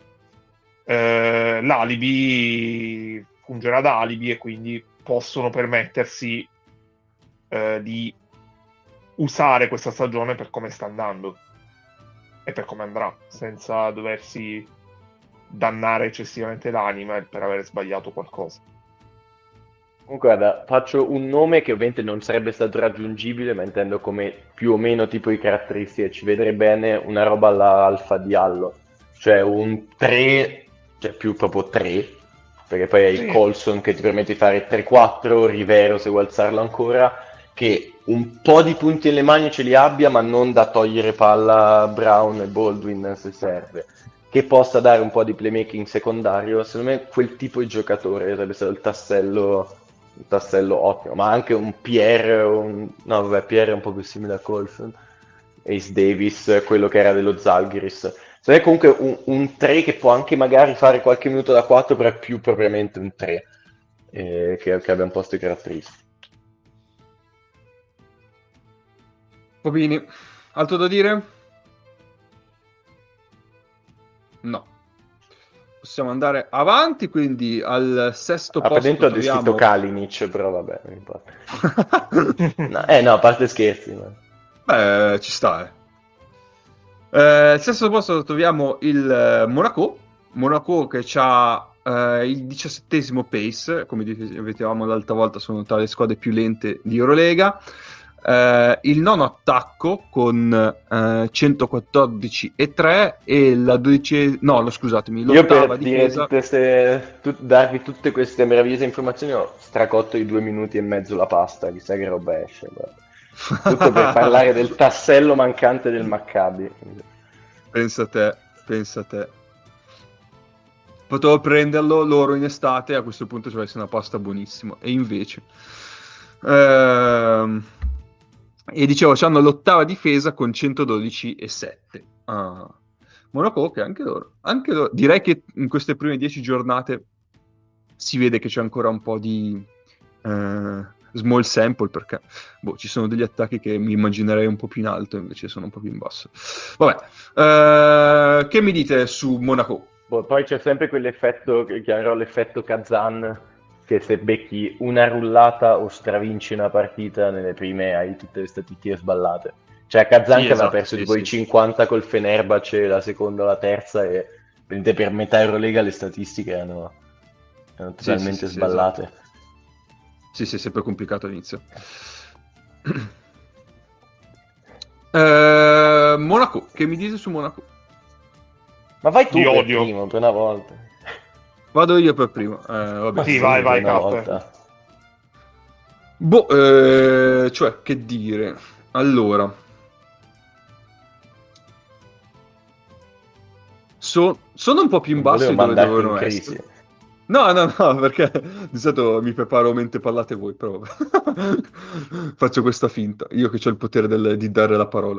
l'alibi fungerà da alibi e quindi possono permettersi di usare questa stagione per come sta andando e per come andrà, senza doversi dannare eccessivamente l'anima per aver sbagliato qualcosa. Comunque, guarda, faccio un nome che ovviamente non sarebbe stato raggiungibile, ma intendo come più o meno tipo di caratteristiche. Ci vedrei bene una roba alla Alfa Diallo, cioè un 3, cioè più proprio 3, perché poi hai Sì. Colson che ti permette di fare 3-4, Rivero se vuoi alzarlo ancora, che un po' di punti nelle mani ce li abbia, ma non da togliere palla a Brown e Baldwin se serve. Che possa dare un po' di playmaking secondario, secondo me quel tipo di giocatore sarebbe stato un tassello ottimo, ma anche un Pierre, no vabbè, Pierre è un po' più simile a Colson, Ace Davis, quello che era dello Zalgiris. Secondo me comunque un 3 che può anche magari fare qualche minuto da 4, però è più propriamente un 3, che abbia un po' queste caratteristiche. Fabini, altro da dire? No. possiamo andare avanti, quindi al sesto posto dentro ha descritto troviamo... Kalinic, però vabbè, non importa. No, a parte scherzi. Ma... Beh, ci sta, al sesto posto troviamo il Monaco che ha il 17° pace, come dicevamo l'altra volta, sono tra le squadre più lente di Eurolega. Il nono attacco con 114,3 e la 12... No, scusatemi, l'ottava difesa... darvi tutte queste meravigliose informazioni ho stracotto di 2 minuti e mezzo la pasta, chissà che roba esce. Tutto per parlare del tassello mancante del Maccabi. Pensa a te. Potevo prenderlo loro in estate e a questo punto ci avessi una pasta buonissima. E invece... E dicevo, hanno l'ottava difesa con 112,7. Monaco che anche loro. Direi che in queste prime 10 giornate si vede che c'è ancora un po' di small sample, perché ci sono degli attacchi che mi immaginerei un po' più in alto, invece sono un po' più in basso. Vabbè, che mi dite su Monaco? Poi c'è sempre quell'effetto che chiamerò l'effetto Kazan, che se becchi una rullata o stravinci una partita nelle prime hai tutte le statistiche sballate. Cioè Kazan che aveva perso tipo i 50 col Fenerbahce, la seconda o la terza, e per metà Eurolega le statistiche erano totalmente sballate. Esatto. Sì, sempre complicato all'inizio. Monaco, che mi dite su Monaco? Ma vai tu per primo, per una volta. Vado io per primo. Vabbè, sì, vai, Cap. Cioè, che dire? Allora, sono un po' più in basso di dove dovevano essere. No, perché di solito mi preparo mentre parlate voi, però faccio questa finta, io che ho il potere di dare la parola.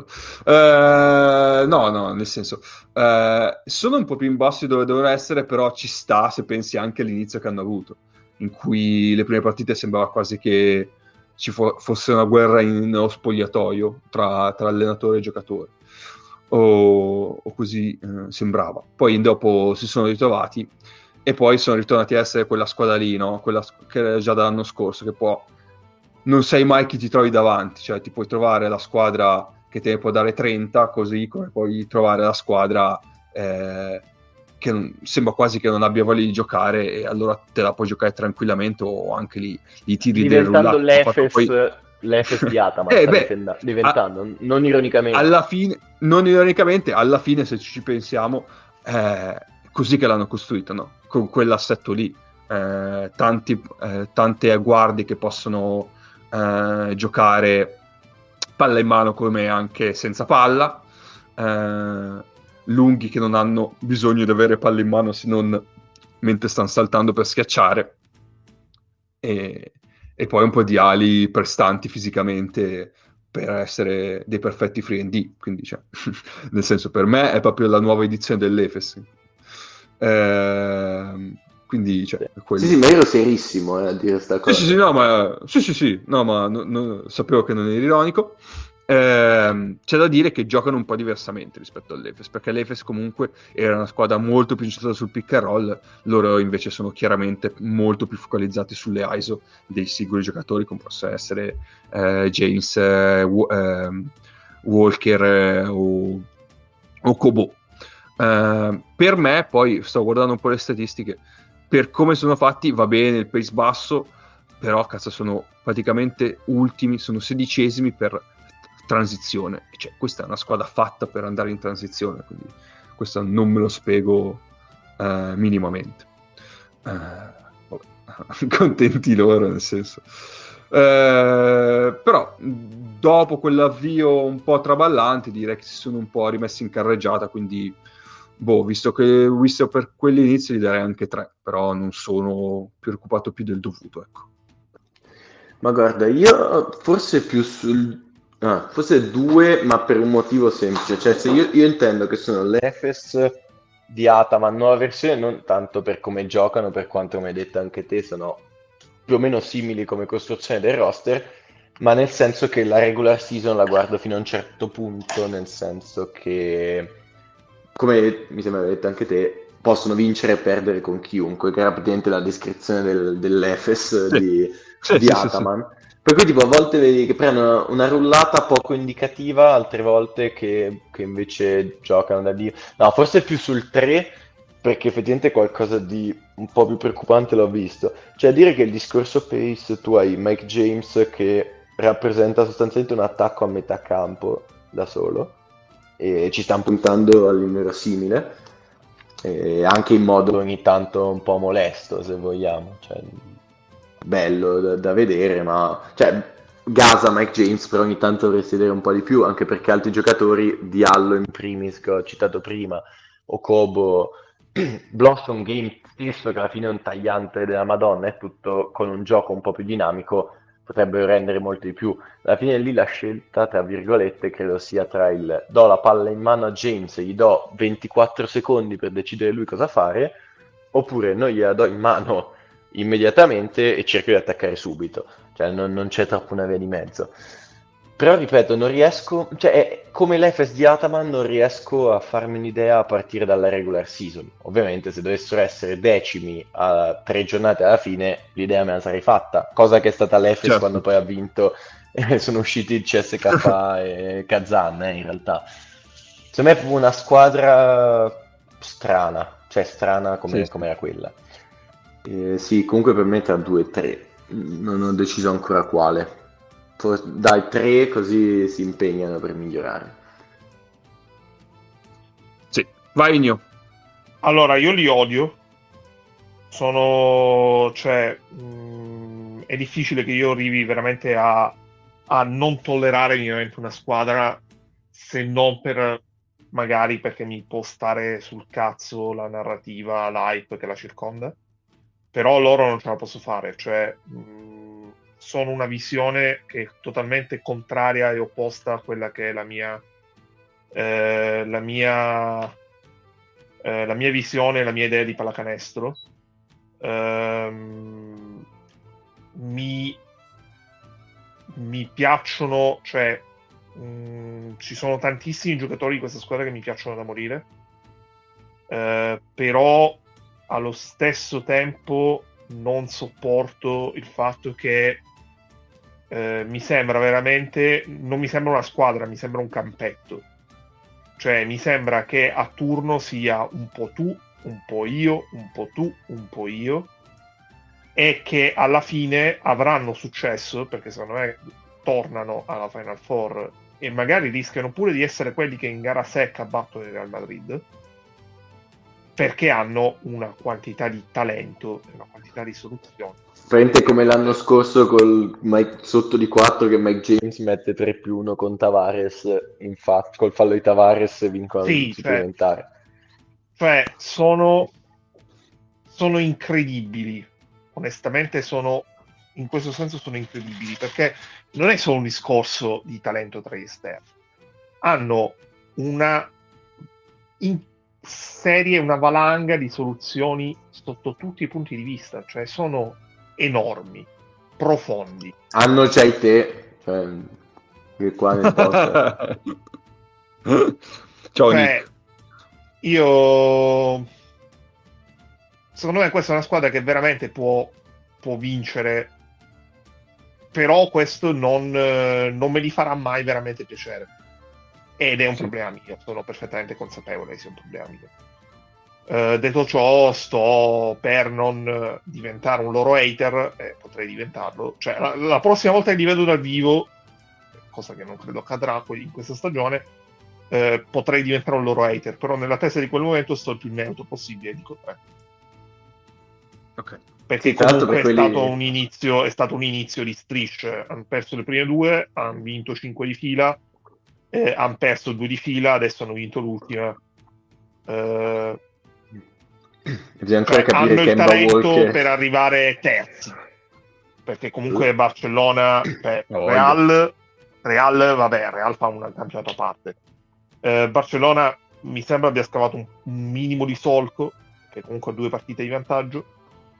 No, nel senso, sono un po' più in basso di dove dovevano essere, però ci sta se pensi anche all'inizio che hanno avuto, in cui le prime partite sembrava quasi che ci fosse una guerra nello spogliatoio tra allenatore e giocatore, o così sembrava. Poi dopo si sono ritrovati e poi sono ritornati a essere quella squadra lì, no? Quella che era già dall'anno scorso, che non sai mai chi ti trovi davanti, cioè ti puoi trovare la squadra che te ne può dare 30, così come puoi trovare la squadra che sembra quasi che non abbia voglia di giocare, e allora te la puoi giocare tranquillamente, o anche lì i tiri diventando l'Efes di Ataman, diventando, non ironicamente. Alla fine, se ci pensiamo, così che l'hanno costruita, no? Con quell'assetto lì, tante guardie che possono giocare palla in mano come anche senza palla, lunghi che non hanno bisogno di avere palla in mano se non mentre stanno saltando per schiacciare, e poi un po' di ali prestanti fisicamente per essere dei perfetti 3&D, quindi nel senso, per me è proprio la nuova edizione dell'Efes. Quindi sì, ma io ero serissimo a dire sta cosa. Sì, ma sapevo che non eri ironico. C'è da dire che giocano un po' diversamente rispetto all'Efes, perché l'Efes comunque era una squadra molto più incentrata sul pick and roll, loro invece sono chiaramente molto più focalizzati sulle ISO dei singoli giocatori, come possono essere James, Walker o Kobo. Per me, poi sto guardando un po' le statistiche, per come sono fatti va bene il pace basso, però cazzo sono praticamente ultimi, sono 16esimi per transizione, cioè questa è una squadra fatta per andare in transizione, quindi questo non me lo spiego minimamente. Contenti loro, nel senso, però dopo quell'avvio un po' traballante direi che si sono un po' rimessi in carreggiata, quindi visto per quell'inizio gli darei anche 3, però non sono preoccupato più del dovuto, ecco. Ma guarda, io forse più forse 2, ma per un motivo semplice, cioè se io intendo che sono l'Efes di Ataman, nuova versione, non tanto per come giocano, per quanto mi hai detto anche te, sono più o meno simili come costruzione del roster, ma nel senso che la regular season la guardo fino a un certo punto, nel senso che, come mi sembra aver detto anche te, possono vincere e perdere con chiunque, che era praticamente la descrizione dell'Efes Sì. di Sì. Ataman. Per cui tipo a volte vedi che prendono una rullata poco indicativa, altre volte che invece giocano da Dio. No, forse più sul 3, perché effettivamente qualcosa di un po' più preoccupante l'ho visto. Cioè a dire che il discorso pace, tu hai Mike James che rappresenta sostanzialmente un attacco a metà campo da solo, e ci stanno puntando all'inverosimile, e anche in modo ogni tanto un po' molesto, se vogliamo. Cioè, bello da vedere, ma cioè, gasa Mike James, però ogni tanto dovresti vedere un po' di più, anche perché altri giocatori, Diallo in primis, che ho citato prima, Okobo, Blossom Game stesso, che alla fine è un tagliante della Madonna, è tutto con un gioco un po' più dinamico, potrebbero rendere molto di più. Alla fine lì la scelta, tra virgolette, credo sia tra il do la palla in mano a James e gli do 24 secondi per decidere lui cosa fare, oppure non gliela do in mano immediatamente e cerco di attaccare subito. Cioè non c'è troppo una via di mezzo. Però ripeto, non riesco, cioè è come l'Efes di Ataman, non riesco a farmi un'idea a partire dalla regular season. Ovviamente se dovessero essere decimi a 3 giornate alla fine, l'idea me la sarei fatta, cosa che è stata l'Efes Certo. quando poi ha vinto e sono usciti il CSKA e Kazan, in realtà. Secondo me è proprio una squadra strana, cioè strana come Sì. era quella. Sì, comunque per me tra 2 e 3, non ho deciso ancora quale. Dai 3 così si impegnano per migliorare. Sì. Vai Nio. Allora, io li odio. Cioè, è difficile che io arrivi veramente a non tollerare minimamente una squadra, se non per magari perché mi può stare sul cazzo la narrativa, l'hype che la circonda. Però loro non ce la posso fare, cioè sono una visione che è totalmente contraria e opposta a quella che è la mia visione, la mia idea di pallacanestro. Mi piacciono, cioè ci sono tantissimi giocatori di questa squadra che mi piacciono da morire, però allo stesso tempo non sopporto il fatto che mi sembra veramente, non mi sembra una squadra, mi sembra un campetto. Cioè mi sembra che a turno sia un po' tu, un po' io, un po' tu, un po' io, e che alla fine avranno successo, perché secondo me tornano alla Final Four e magari rischiano pure di essere quelli che in gara secca battono il Real Madrid, perché hanno una quantità di talento e una quantità di soluzioni. Praticamente come l'anno scorso sotto di 4 che Mike James mette 3+1 con Tavares, infatti col fallo di Tavares e vincono il supplementare. Cioè sono incredibili, onestamente in questo senso sono incredibili, perché non è solo un discorso di talento tra gli esterni, hanno una serie, una valanga di soluzioni sotto tutti i punti di vista, cioè sono enormi, profondi. Hanno già i te, cioè, che qua nel posto. Ciao Cioè, Nick. Secondo me questa è una squadra che veramente può vincere, però questo non me li farà mai veramente piacere. Ed è un problema mio, sono perfettamente consapevole che sia un problema mio. Detto ciò, sto per non diventare un loro hater, potrei diventarlo. Cioè, la prossima volta che li vedo dal vivo, cosa che non credo accadrà in questa stagione, potrei diventare un loro hater, però nella testa di quel momento sto il più neutro possibile e dico 3. Ok. Perché Sì, tanto comunque per è stato un inizio di strisce. Hanno perso le prime 2, hanno vinto 5 di fila, hanno perso 2 di fila, adesso hanno vinto l'ultima. Bisogna ancora capire hanno il Kemba talento Walker per arrivare terzi, perché comunque Barcellona, Real. Real fa un campionato a parte. Barcellona mi sembra abbia scavato un minimo di solco, che comunque ha 2 partite di vantaggio.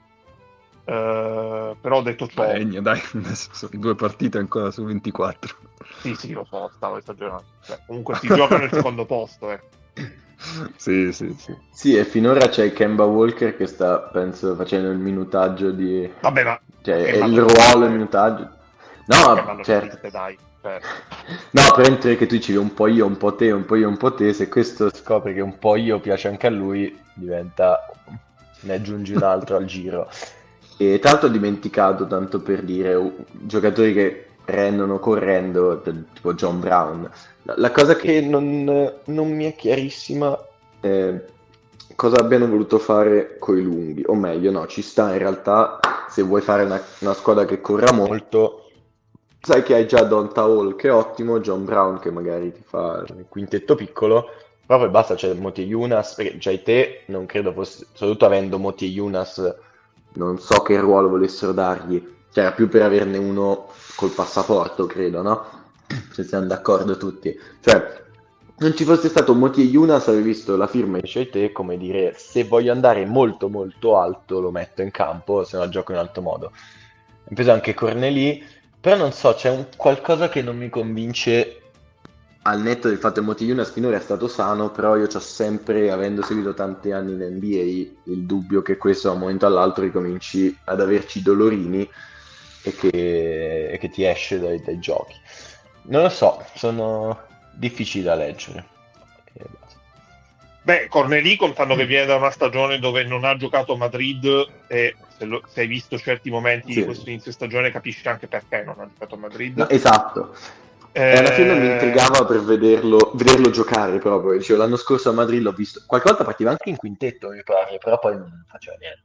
Però detto ciò, dai, adesso sono 2 partite ancora su 24. sì, lo so, stavo esagerando. Comunque si gioca nel secondo posto. Sì. Sì, e finora c'è Kemba Walker che sta, penso, facendo il minutaggio di... Vabbè, ma cioè, Kemba il non ruolo, il esiste. minutaggio. Kemba No, non certo. esiste, dai. Cioè, No, praticamente che tu dicevi un po' io, un po' te, un po' io, un po' te, se questo scopre che un po' io piace anche a lui, diventa... ne aggiungi un altro al giro. E tra l'altro ho dimenticato, tanto per dire, giocatori che rendono correndo, tipo John Brown. La cosa che non mi è chiarissima è cosa abbiano voluto fare coi lunghi, o meglio, no, ci sta in realtà se vuoi fare una squadra che corra molto. Sai che hai già Donta Hall che è ottimo, John Brown che magari ti fa il quintetto piccolo, però poi basta, c'è Moti Yunas, perché già te non credo fosse, soprattutto avendo Moti Yunas, non so che ruolo volessero dargli, cioè era più per averne uno col passaporto, credo, no? Se siamo d'accordo tutti. Cioè, non ci fosse stato Moti Yunas, avevi visto la firma di c'hai te, come dire, se voglio andare molto molto alto lo metto in campo, se no gioco in altro modo. Ho preso anche Cornelì, però non so, c'è un qualcosa che non mi convince al netto del fatto che Moti Younes finora è stato sano, però io c'ho sempre, avendo seguito tanti anni in NBA, il dubbio che questo da un momento all'altro ricominci ad averci dolorini e che ti esce dai giochi. Non lo so, sono difficili da leggere. E basta. beh, Cornelì, contando che viene da una stagione dove non ha giocato a Madrid, e se hai visto certi momenti Sì. di questo inizio stagione, capisci anche perché non ha giocato a Madrid. No, esatto. Alla fine mi intrigava per vederlo giocare proprio. Dicevo, l'anno scorso a Madrid l'ho visto. Qualche volta partiva anche in quintetto, mi pare, però poi non faceva niente.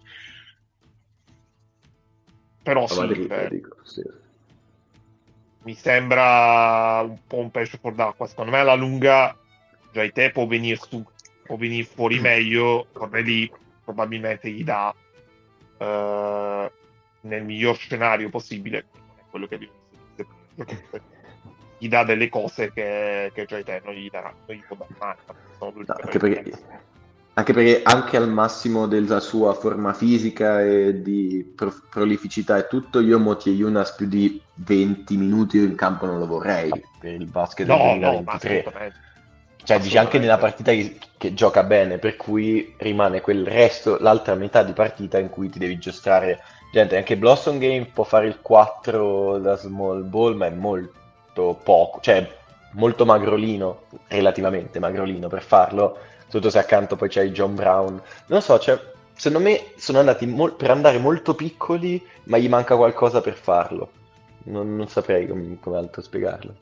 Però A sì, Madrid, dico, sì. mi sembra un po' un pesce fuor d'acqua. Secondo me alla lunga già te può venire fuori meglio. Cornelì probabilmente gli dà nel miglior scenario possibile, non è quello che abbiamo visto, gli dà delle cose che già te non gli darà, non gli può dare mai. Sono due No, giocatori anche perché anche al massimo della sua forma fisica e di prolificità e tutto, io Moti e Younas più di 20 minuti in campo non lo vorrei per il basket del No, 2023. assolutamente. Cioè, dici anche nella partita che gioca bene, per cui rimane quel resto, l'altra metà di partita in cui ti devi giostrare. Gente, anche Blossom Game può fare il 4 da small ball, ma è molto poco, cioè molto magrolino, relativamente magrolino per farlo, soprattutto se accanto poi c'hai John Brown. Non so, cioè, secondo me sono andati per andare molto piccoli, ma gli manca qualcosa per farlo. Non saprei come altro spiegarlo.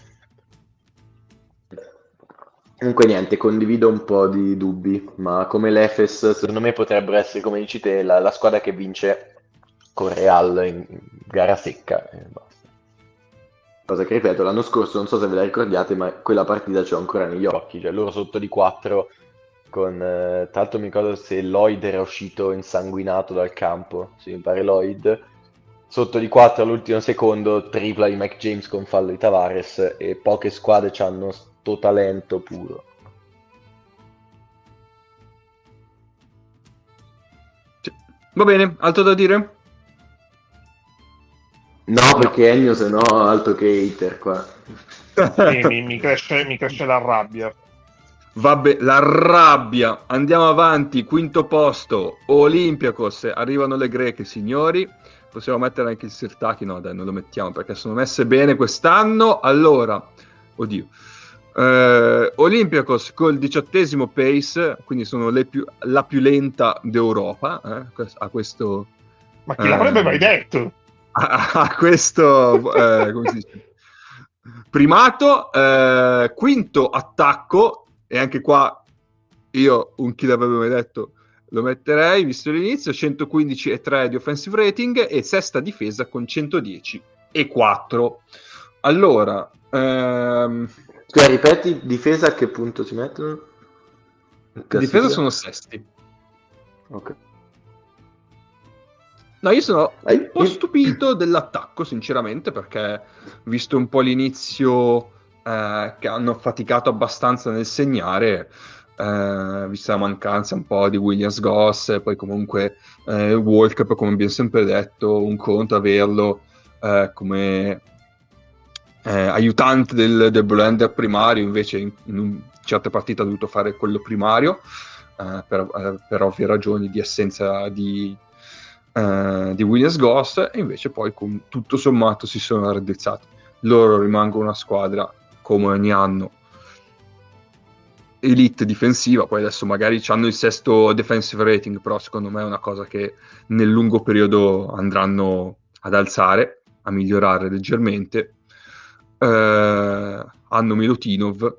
Comunque niente, condivido un po' di dubbi, ma come l'Efes secondo me potrebbero essere, come dici te, la squadra che vince con Real in gara secca e basta. Cosa che ripeto, l'anno scorso non so se ve la ricordiate, ma quella partita c'ho ancora negli occhi, cioè loro sotto di 4 con, tra l'altro mi ricordo se Lloyd era uscito insanguinato dal campo, sì, mi pare Lloyd, sotto di 4 all'ultimo secondo, tripla di Mike James con fallo di Tavares e poche squadre hanno sto talento puro. Va bene, altro da dire? No, perché Ennio se no altro che hater qua. Sì, mi cresce la rabbia. Vabbè, la rabbia. Andiamo avanti, quinto posto, Olympiacos, arrivano le greche, signori. Possiamo mettere anche il Sirtaki? No, dai, non lo mettiamo perché sono messe bene quest'anno. Allora, oddio. Olympiacos col 18° pace, quindi sono la più lenta d'Europa, a questo... Ma chi l'avrebbe mai detto? A questo come si dice? Primato, quinto attacco, e anche qua io un chi l'avrebbe mai detto lo metterei visto l'inizio, 115,3 di offensive rating, e sesta difesa con 110,4. Allora Scusa, ripeti, difesa a che punto si mettono? Difesa sono sesti. Ok. No, io sono un po' stupito dell'attacco, sinceramente, perché visto un po' l'inizio che hanno faticato abbastanza nel segnare, vista la mancanza un po' di Williams Goss, poi comunque Walkup, come abbiamo sempre detto, un conto averlo come aiutante del blender primario, invece in certe partite ha dovuto fare quello primario, per ovvie ragioni di assenza di Williams Ghost, e invece poi tutto sommato si sono raddrizzati. Loro rimangono una squadra come ogni anno elite difensiva, poi adesso magari hanno il 6º defensive rating, però secondo me è una cosa che nel lungo periodo andranno ad alzare, a migliorare leggermente. Hanno Milutinov,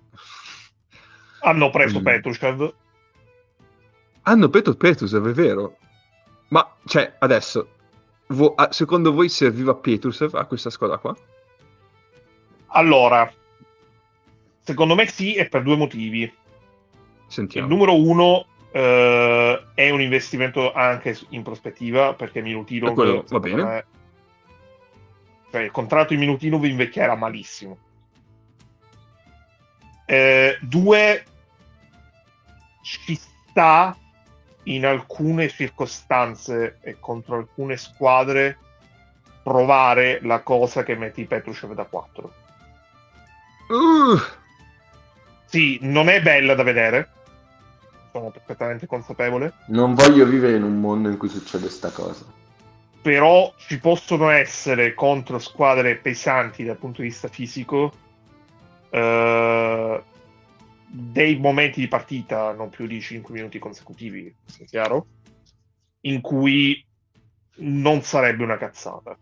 hanno preso Petrushchev, hanno Petrushchev, è vero, ma cioè adesso secondo voi serviva Petrushchev a questa squadra qua? Allora, secondo me sì, e per 2 motivi. Sentiamo. Il numero 1 è un investimento anche in prospettiva, perché Milutinov va bene. Cioè, il contratto di Milutinov invecchierà malissimo. 2, ci sta in alcune circostanze e contro alcune squadre provare la cosa che metti Petrushchev da 4. Sì, non è bella da vedere, sono perfettamente consapevole. Non voglio vivere in un mondo in cui succede sta cosa. Però ci possono essere contro squadre pesanti dal punto di vista fisico dei momenti di partita, non più di 5 minuti consecutivi, è chiaro, in cui non sarebbe una cazzata.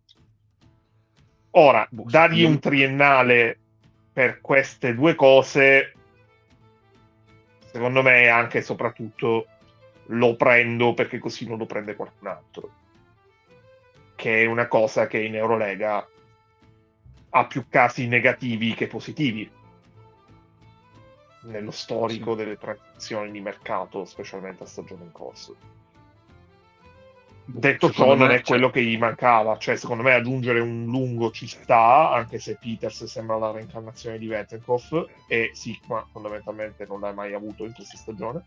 Ora, dargli un triennale per queste 2 cose, secondo me anche e soprattutto lo prendo perché così non lo prende qualcun altro, che è una cosa che in Eurolega ha più casi negativi che positivi nello storico delle transizioni di mercato, specialmente a stagione in corso. Detto ciò, non è quello che gli mancava, cioè secondo me aggiungere un lungo ci sta, anche se Peters sembra la reincarnazione di Vetenkov, e Sigma fondamentalmente non l'ha mai avuto in questa stagione,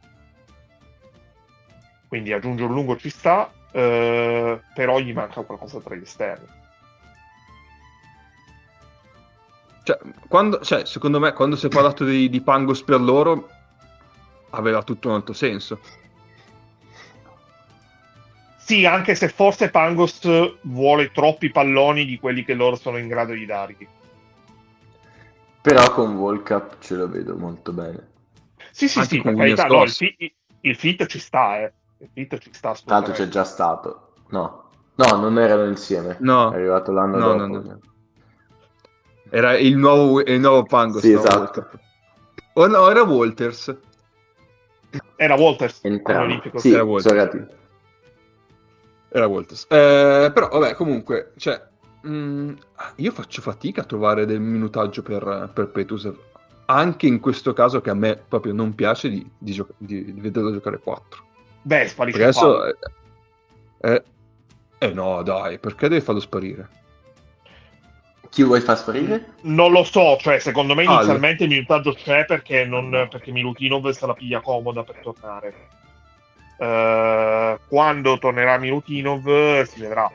quindi aggiungere un lungo ci sta, però gli manca qualcosa tra gli esterni. Secondo me quando si è parlato di Pangos per loro aveva tutto un altro senso. Sì, anche se forse Pangos vuole troppi palloni di quelli che loro sono in grado di dargli. Però con World Cup ce lo vedo molto bene. Sì, per carità, no, il fit ci sta, Il fit ci sta. Tanto c'è già stato. No, non erano insieme. No. È arrivato l'anno dopo. No. Era il nuovo Pangos. Sì, esatto. O no, era Walters. Era Walters. Sì, era Walters. Era Walters. Però, vabbè, comunque, io faccio fatica a trovare del minutaggio per Petrushchev. Anche in questo caso che a me proprio non piace di vederlo giocare 4. Beh, sparisce adesso no, dai, perché devi farlo sparire? Chi vuoi far sparire? Non lo so, cioè secondo me inizialmente il minutaggio c'è perché Milutinov se la piglia comoda per tornare. Quando tornerà Milutinov si vedrà.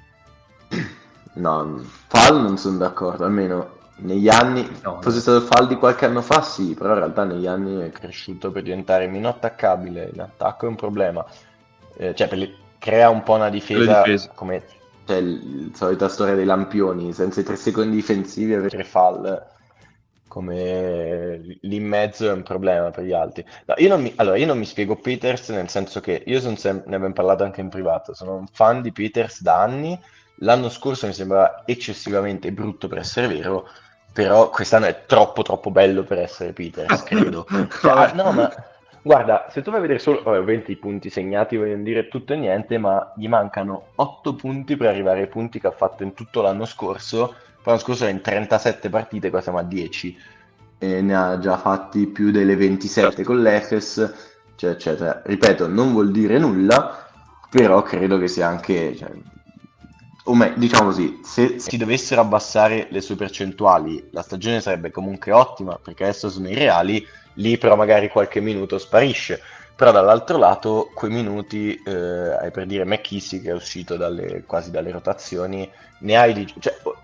No, Fall non sono d'accordo, almeno negli anni, fosse stato il Fall di qualche anno fa sì, però in realtà negli anni è cresciuto per diventare meno attaccabile, in attacco è un problema, crea un po' una difesa. Come la solita storia dei lampioni, senza i 3 secondi difensivi avere Fall come lì in mezzo è un problema per gli altri. No, io non mi spiego Peters, nel senso che io ne abbiamo parlato anche in privato, sono un fan di Peters da anni. L'anno scorso mi sembrava eccessivamente brutto per essere vero, però quest'anno è troppo bello per essere Peters, credo. No, ma guarda, se tu vai a vedere solo ovviamente i punti segnati, vogliono dire tutto e niente, ma gli mancano 8 punti per arrivare ai punti che ha fatto in tutto l'anno scorso. L'anno scorso era in 37 partite, qua siamo a 10, e ne ha già fatti più delle 27 con l'Efes, eccetera. Ripeto, non vuol dire nulla, però credo che sia anche, diciamo così, se si dovessero abbassare le sue percentuali, la stagione sarebbe comunque ottima, perché adesso sono irreali, lì però magari qualche minuto sparisce. Però dall'altro lato quei minuti, hai per dire McKissick che è uscito quasi dalle rotazioni, ne hai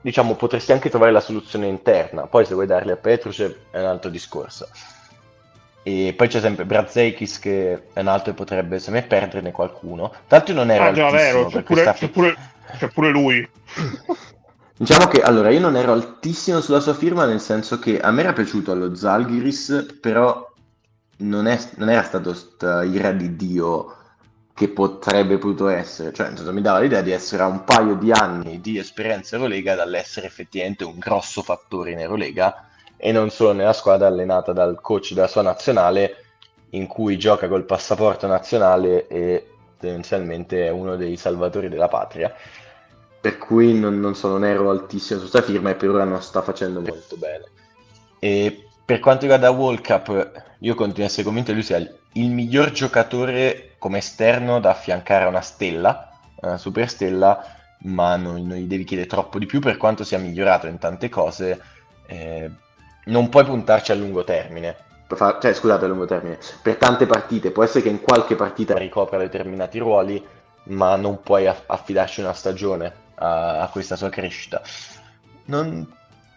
diciamo, potresti anche trovare la soluzione interna. Poi se vuoi darli a Petruccev è un altro discorso. E poi c'è sempre Brazzeikis che è un altro che potrebbe, se me, perderne qualcuno. Tanto io non ero già, altissimo vero, per questa c'è pure lui. Diciamo che allora io non ero altissimo sulla sua firma, nel senso che a me era piaciuto allo Zalgiris, però non era stato sta ira di Dio che potrebbe potuto essere, cioè nel senso, mi dava l'idea di essere a un paio di anni di esperienza Eurolega dall'essere effettivamente un grosso fattore in Eurolega e non solo nella squadra allenata dal coach della sua nazionale, in cui gioca col passaporto nazionale e tendenzialmente è uno dei salvatori della patria. Per cui non ero altissimo su questa firma e per ora non sta facendo molto bene. E per quanto riguarda World Cup, io continuo a essere convinto che lui sia il miglior giocatore come esterno da affiancare a una stella, una superstella, ma non gli devi chiedere troppo di più per quanto sia migliorato in tante cose. Non puoi puntarci a lungo termine. Scusate, a lungo termine. Per tante partite, può essere che in qualche partita ricopra determinati ruoli, ma non puoi affidarci una stagione a questa sua crescita. Non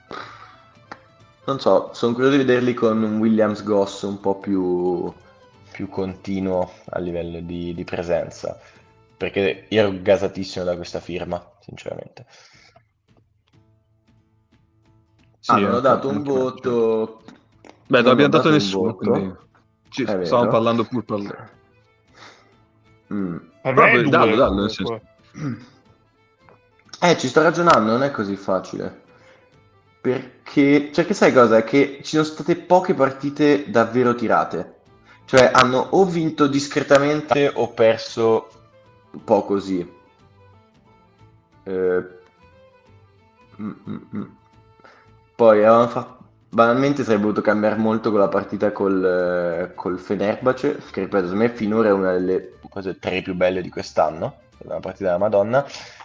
so, sono curioso di vederli con un Williams Goss un po' più continuo a livello di presenza, perché io ero gasatissimo da questa firma, sinceramente. Sì, non ho dato un voto. Beh, non abbiamo dato nessuno, quindi stavamo parlando pur per lei. Per me è dallo, nel senso. Ci sto ragionando, non è così facile. Perché, cioè, che sai cosa? Che ci sono state poche partite davvero tirate. Cioè, hanno o vinto discretamente o perso un po' così. Poi avevano fatto. Banalmente sarebbe dovuto cambiare molto con la partita col Fenerbahce, che ripeto, secondo me finora è una delle cose 3 più belle di quest'anno, una partita della Madonna.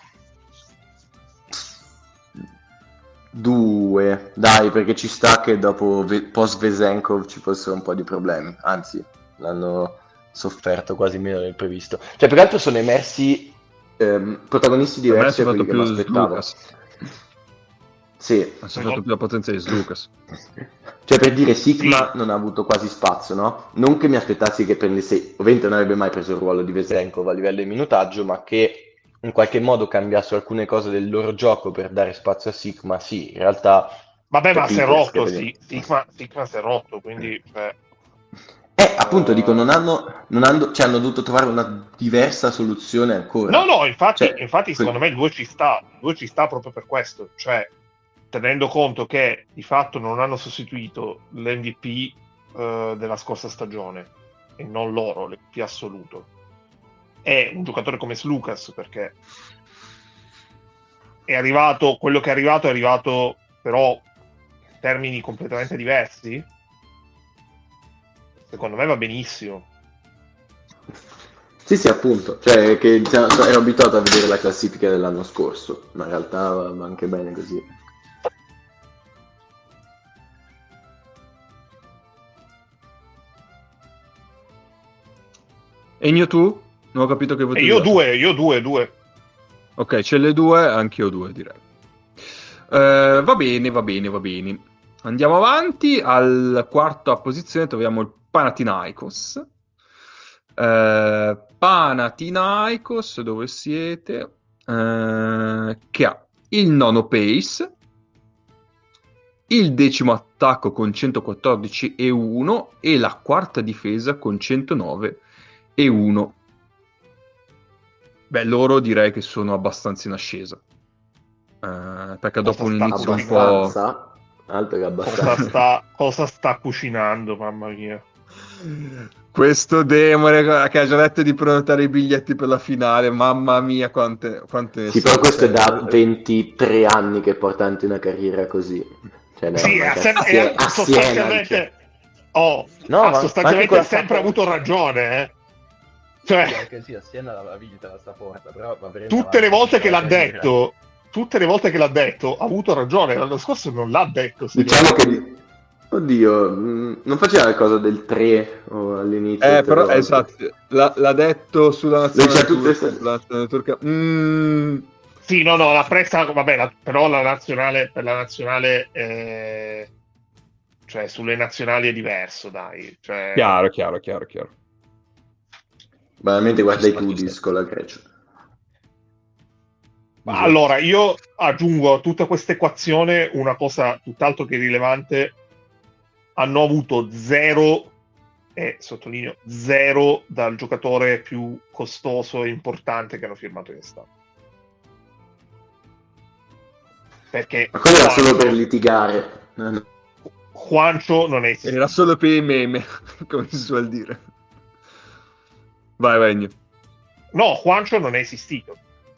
2, dai, perché ci sta che dopo post Vesenkov ci fossero un po' di problemi, anzi l'hanno sofferto quasi meno del previsto. Cioè, più che altro sono emersi protagonisti diversi da quelli che mi aspettavo. Sì, ha fatto più la potenza di Slucas. Cioè, per dire, Sigma non ha avuto quasi spazio, no? Non che mi aspettassi che prendesse, ovviamente non avrebbe mai preso il ruolo di Vesenkov a livello di minutaggio, ma che in qualche modo cambiasse alcune cose del loro gioco per dare spazio a Sigma, sì, in realtà. Vabbè, ma si è rotto, sì. Sigma si è rotto, quindi. Appunto, dico, non hanno, cioè, hanno dovuto trovare una diversa soluzione ancora. No, infatti secondo me il 2 ci sta. Il 2 ci sta proprio per questo, cioè, tenendo conto che di fatto non hanno sostituito l'MVP della scorsa stagione e non loro, l'MVP assoluto. È un giocatore come Slucas, perché è arrivato, quello che è arrivato però in termini completamente diversi. Secondo me va benissimo. Sì, appunto, cioè che ero abituato a vedere la classifica dell'anno scorso, ma in realtà va anche bene così. Egno tu? Non ho capito che voto. Io due. Ok, c'è le 2, anch'io 2 direi. Va bene. Andiamo avanti, al quarta posizione troviamo il Panathinaikos. Panathinaikos, dove siete? Che ha il nono pace, il decimo attacco con 114,1 e la quarta difesa con 109,1. Beh, loro direi che sono abbastanza in ascesa. Perché dopo un inizio un po'. Alto che abbastanza. Cosa sta cucinando, mamma mia? Questo demone che ha già detto di prenotare i biglietti per la finale, mamma mia, quante sì, però questo è da 23 anni che porta avanti una carriera così. Cioè, sì, sostanzialmente ha sempre avuto ragione, Cioè, anche sì, a Siena l'aveva vinta la Saporta, però tutte le volte che l'ha detto ha avuto ragione. L'anno scorso non l'ha detto. Diciamo che oddio, non faceva la cosa del 3 all'inizio. Però esatto, l'ha detto sulla nazionale turca. Sì, no, la pressa, vabbè, però la nazionale, per la nazionale, cioè sulle nazionali è diverso, dai. Cioè, Chiaro. Veramente Ci guarda i sta, ci Tudis sta. con la Grecia. allora, io aggiungo a tutta questa equazione una cosa tutt'altro che rilevante. Hanno avuto zero, e sottolineo zero, dal giocatore più costoso e importante che hanno firmato in estate. Perché Ma quello era solo per litigare. Juancho non è esistito. Era solo per i meme, come si suol dire. Vai, Ennio. No, Juancho non è esistito.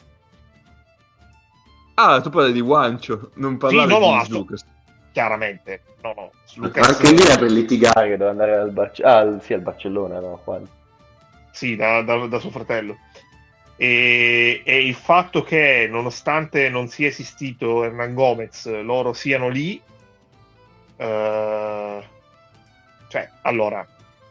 Ah, tu parli di Guancio, non parlavi no, di Lucas. chiaramente. No. Lucas, Anche lì era per litigare che doveva andare al Barcellona, no? Quando? Sì, da suo fratello. E il fatto che, nonostante non sia esistito Hernan Gomez, loro siano lì, cioè, allora,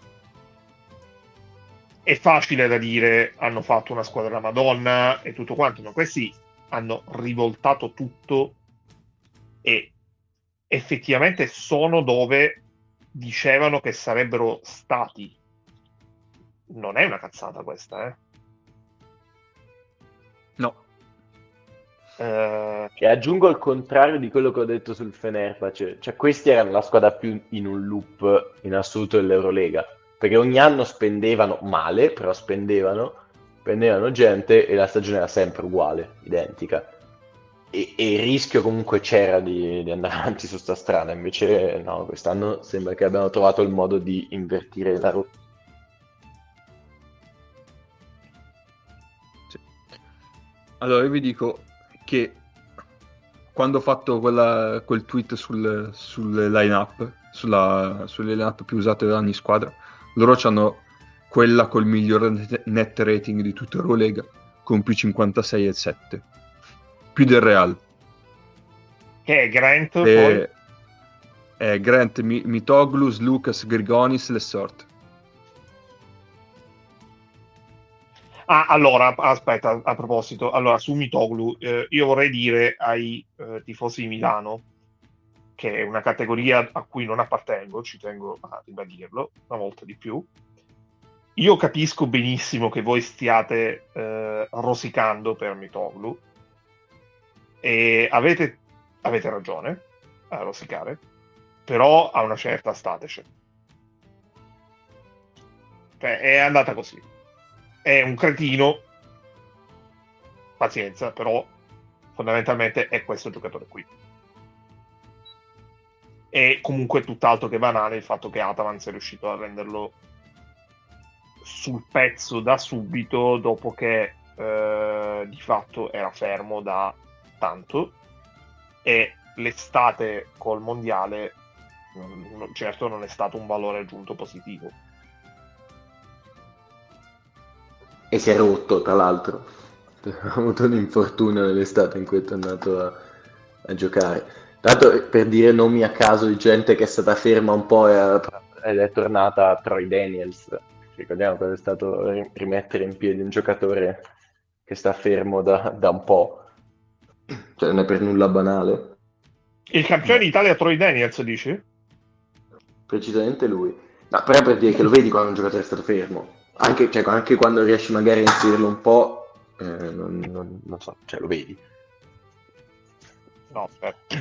è facile da dire, hanno fatto una squadra da Madonna e tutto quanto, ma questi hanno rivoltato tutto e effettivamente sono dove dicevano che sarebbero stati. Non è una cazzata questa, eh? No. E aggiungo il contrario di quello che ho detto sul Fenerbahce, cioè questi erano la squadra più in un loop in assoluto dell'Eurolega, perché ogni anno spendevano male, però spendevano gente e la stagione era sempre uguale, identica. E il rischio comunque c'era di andare avanti su sta strada, invece no, quest'anno sembra che abbiano trovato il modo di invertire la rotta. Sì. Allora, io vi dico che quando ho fatto quel tweet sulle line-up, sulle line-up più usate da ogni squadra, loro hanno quella col miglior net rating di tutta Eurolega, con più 56,7. Più del Real. Che è Grant, poi? Grant, Mitoglou, Lucas, Grigonis, Lessort. Allora, aspetta, a proposito, allora su Mitoglou, io vorrei dire ai tifosi di Milano, che è una categoria a cui non appartengo, ci tengo a ribadirlo una volta di più. Io capisco benissimo che voi stiate rosicando per Mitoglou e avete ragione a rosicare, però a una certa statecene. Cioè, è andata così. È un cretino, pazienza, però fondamentalmente è questo giocatore qui. E comunque tutt'altro che banale il fatto che Ataman sia riuscito a renderlo sul pezzo da subito, dopo che di fatto era fermo da tanto, e l'estate col mondiale certo non è stato un valore aggiunto positivo. E si è rotto, tra l'altro. Ha avuto un infortunio nell'estate in cui è tornato a giocare. Tra l'altro, per dire nomi a caso di gente che è stata ferma un po' ed è tornata, Troy Daniels. Ricordiamo cosa è stato rimettere in piedi un giocatore che sta fermo da un po'. Cioè, non è per nulla banale. Il campione d'Italia Troy Daniels, dici? Precisamente lui. No, però per dire che lo vedi quando un giocatore è stato fermo. Anche quando riesci magari a inserirlo un po', non so, cioè lo vedi. No, aspetta.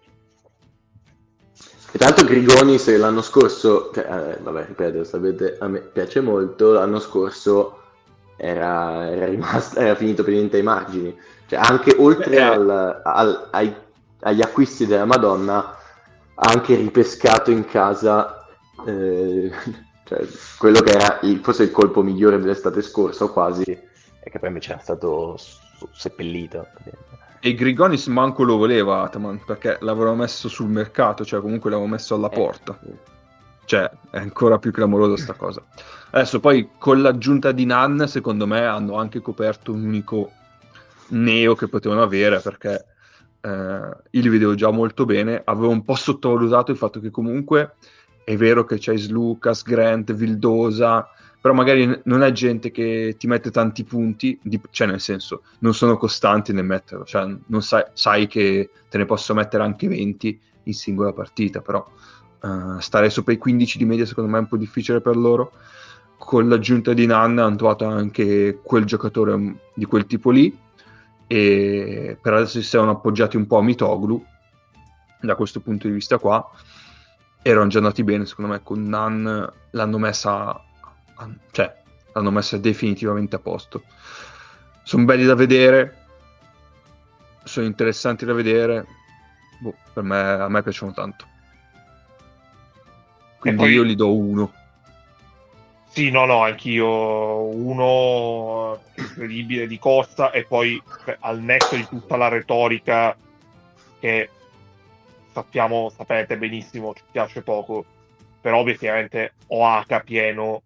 E tra l'altro Grigonis l'anno scorso, cioè, vabbè, ripeto, sapete, a me piace molto, l'anno scorso era finito per niente ai margini. Cioè, anche oltre agli acquisti della Madonna, ha anche ripescato in casa cioè, quello che era forse il colpo migliore dell'estate scorsa, o quasi, e che poi invece era stato seppellito. E Grigonis manco lo voleva Ataman, perché l'avevano messo sul mercato, cioè comunque l'avevo messo alla porta. Cioè, è ancora più clamorosa sta cosa. Adesso poi con l'aggiunta di Nan, secondo me hanno anche coperto un unico neo che potevano avere, perché io li vedevo già molto bene. Avevo un po' sottovalutato il fatto che comunque è vero che c'hai Slucas, Grant, Vildosa, però magari non è gente che ti mette tanti punti, cioè nel senso, non sono costanti nel metterlo, cioè non sai che te ne posso mettere anche 20 in singola partita, però stare sopra i 15 di media secondo me è un po' difficile per loro. Con l'aggiunta di Nan hanno trovato anche quel giocatore di quel tipo lì, e per adesso si sono appoggiati un po' a Mitoglu da questo punto di vista qua. Erano già andati bene secondo me con Nan, l'hanno messa definitivamente a posto. Sono belli da vedere, sono interessanti da vedere, a me piacciono tanto, quindi poi io gli do 1. Sì, no, anch'io 1 incredibile di corsa, e poi al netto di tutta la retorica che sapete benissimo, ci piace poco, però obiettivamente OH pieno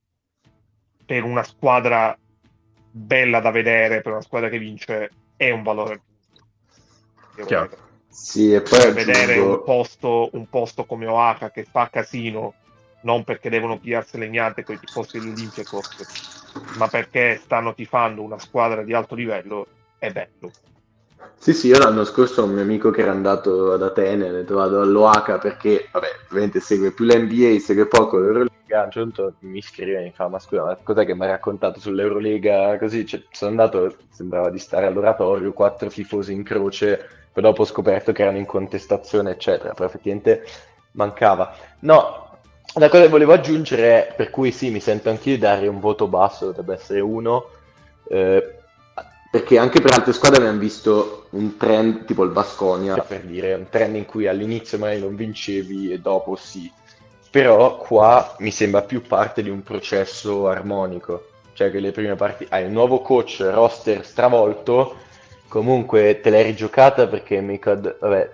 per una squadra bella da vedere, per una squadra che vince, è un valore chiaro. Sì, e poi vedere un posto come OH che fa casino, non perché devono pigliarsi legnate con i tifosi dell'Olympiakos, ma perché stanno tifando una squadra di alto livello, è bello. Sì, io l'anno scorso ho un mio amico che era andato ad Atene, l'ho trovato all'OH perché, vabbè, ovviamente segue più l'NBA, segue poco l'Eurolega. A un certo punto mi scrive e mi fa: ma scusa, ma cos'è che mi ha raccontato sull'Eurolega? Così, sono andato, sembrava di stare all'oratorio, 4 tifosi in croce, poi dopo ho scoperto che erano in contestazione, eccetera, però effettivamente mancava. No, la cosa che volevo aggiungere è, per cui sì, mi sento anch'io di dare un voto basso, dovrebbe essere 1, perché anche per altre squadre abbiamo visto un trend tipo il Baskonia, per dire, un trend in cui all'inizio magari non vincevi e dopo sì, però qua mi sembra più parte di un processo armonico, cioè che le prime partite hai un nuovo coach, roster stravolto, comunque te l'hai rigiocata perché vabbè,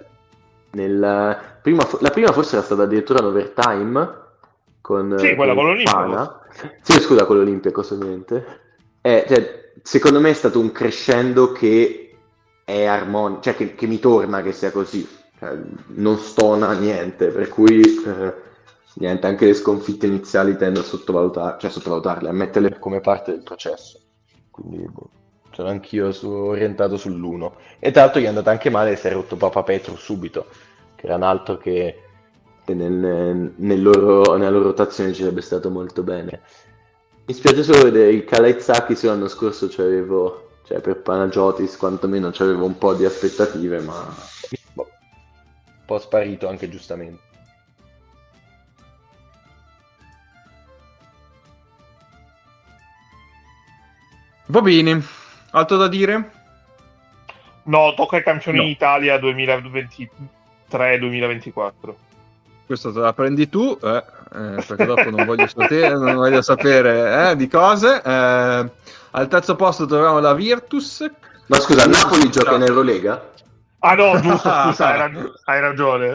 la prima forse era stata addirittura l'overtime con quella con l'Olympiakos. Sì, scusa, con l'Olympiakos ovviamente. Cioè, secondo me è stato un crescendo che è armonico, cioè che mi torna che sia così, non stona niente, per cui niente, anche le sconfitte iniziali tendo a sottovalutarle, a metterle come parte del processo, quindi sono anch'io orientato sull'1. E tra l'altro gli è andata anche male, si è rotto Papa Petru subito, che era un altro che nella loro rotazione ci sarebbe stato molto bene. Mi spiace solo vedere il Kalaitzakis. L'anno scorso per Panagiotis quantomeno c'avevo un po' di aspettative, ma un po' sparito anche giustamente. Va bene, altro da dire? No, tocca ai campioni d'Italia 2023-2024. Questa te la prendi tu, perché dopo non voglio sapere di cose. Al terzo posto troviamo la Virtus. Ma scusa, il Napoli gioca in Eurolega? Ah no, giusto, scusa, hai ragione.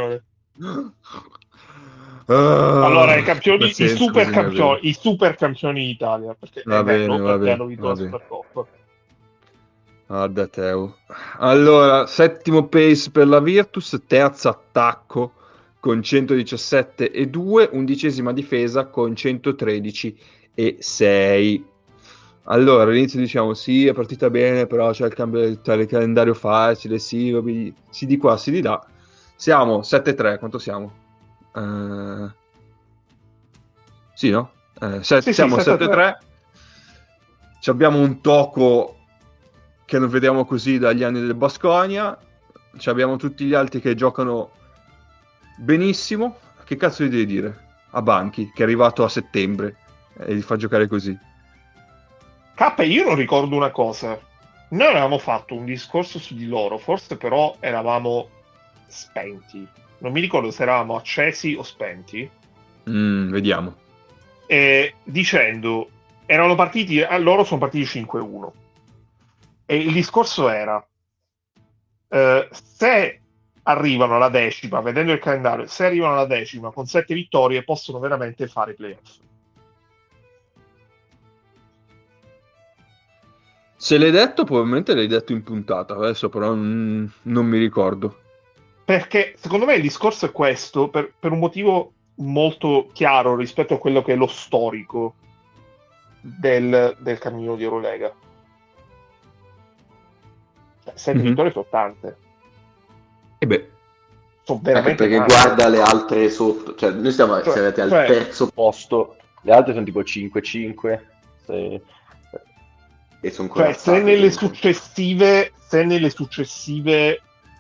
Allora, i super campioni d'Italia, perché va bene, hanno vinto la Supercoppa. Guarda Teo. Allora, settimo pace per la Virtus, terzo attacco con 117,2, undicesima difesa con 113,6. Allora, all'inizio diciamo sì, è partita bene, però c'è il cambio del calendario facile, sì di qua, sì di là. Siamo 7-3, quanto siamo? Sì, no? Siamo 7-3. Abbiamo un tocco che non vediamo così dagli anni del Baskonia. Abbiamo tutti gli altri che giocano benissimo. Che cazzo gli devi dire a Banchi, che è arrivato a settembre e li fa giocare così? Io non ricordo una cosa. Noi avevamo fatto un discorso su di loro, forse però eravamo spenti. Non mi ricordo se eravamo accesi o spenti. Vediamo. Dicendo, erano partiti, loro sono partiti 5-1. E il discorso era, se arrivano alla decima, vedendo il calendario, se arrivano alla decima con 7 vittorie, possono veramente fare i playoff. Se l'hai detto, probabilmente l'hai detto in puntata, adesso però non mi ricordo. Perché secondo me il discorso è questo, per un motivo molto chiaro rispetto a quello che è lo storico del cammino di Eurolega. 7 vittorie sono tante. E beh, sono Anche veramente perché tante. guarda le altre sotto, cioè noi siamo arrivati al terzo posto, le altre sono tipo 5-5 e sono Cioè, se nelle successive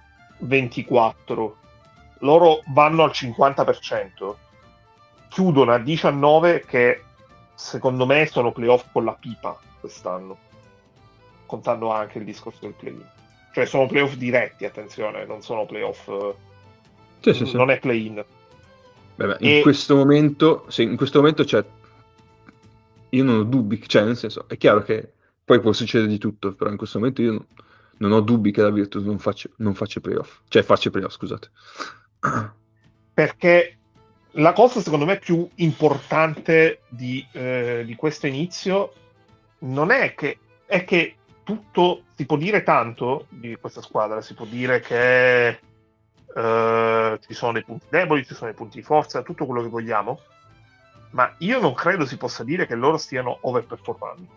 24 loro vanno al 50%, chiudono a 19 che secondo me sono playoff con la pipa quest'anno, contando anche il discorso del play-in. Cioè sono playoff diretti, attenzione, non sono playoff, sì. non è play-in. Beh, in questo momento, c'è, io non ho dubbi, cioè nel senso, è chiaro che poi può succedere di tutto, però in questo momento io non ho dubbi che la Virtus non faccia playoff, cioè faccia playoff, scusate. Perché la cosa secondo me più importante di questo inizio non è che tutto, si può dire tanto di questa squadra, si può dire che ci sono dei punti deboli, ci sono dei punti di forza, tutto quello che vogliamo, ma io non credo si possa dire che loro stiano overperformando.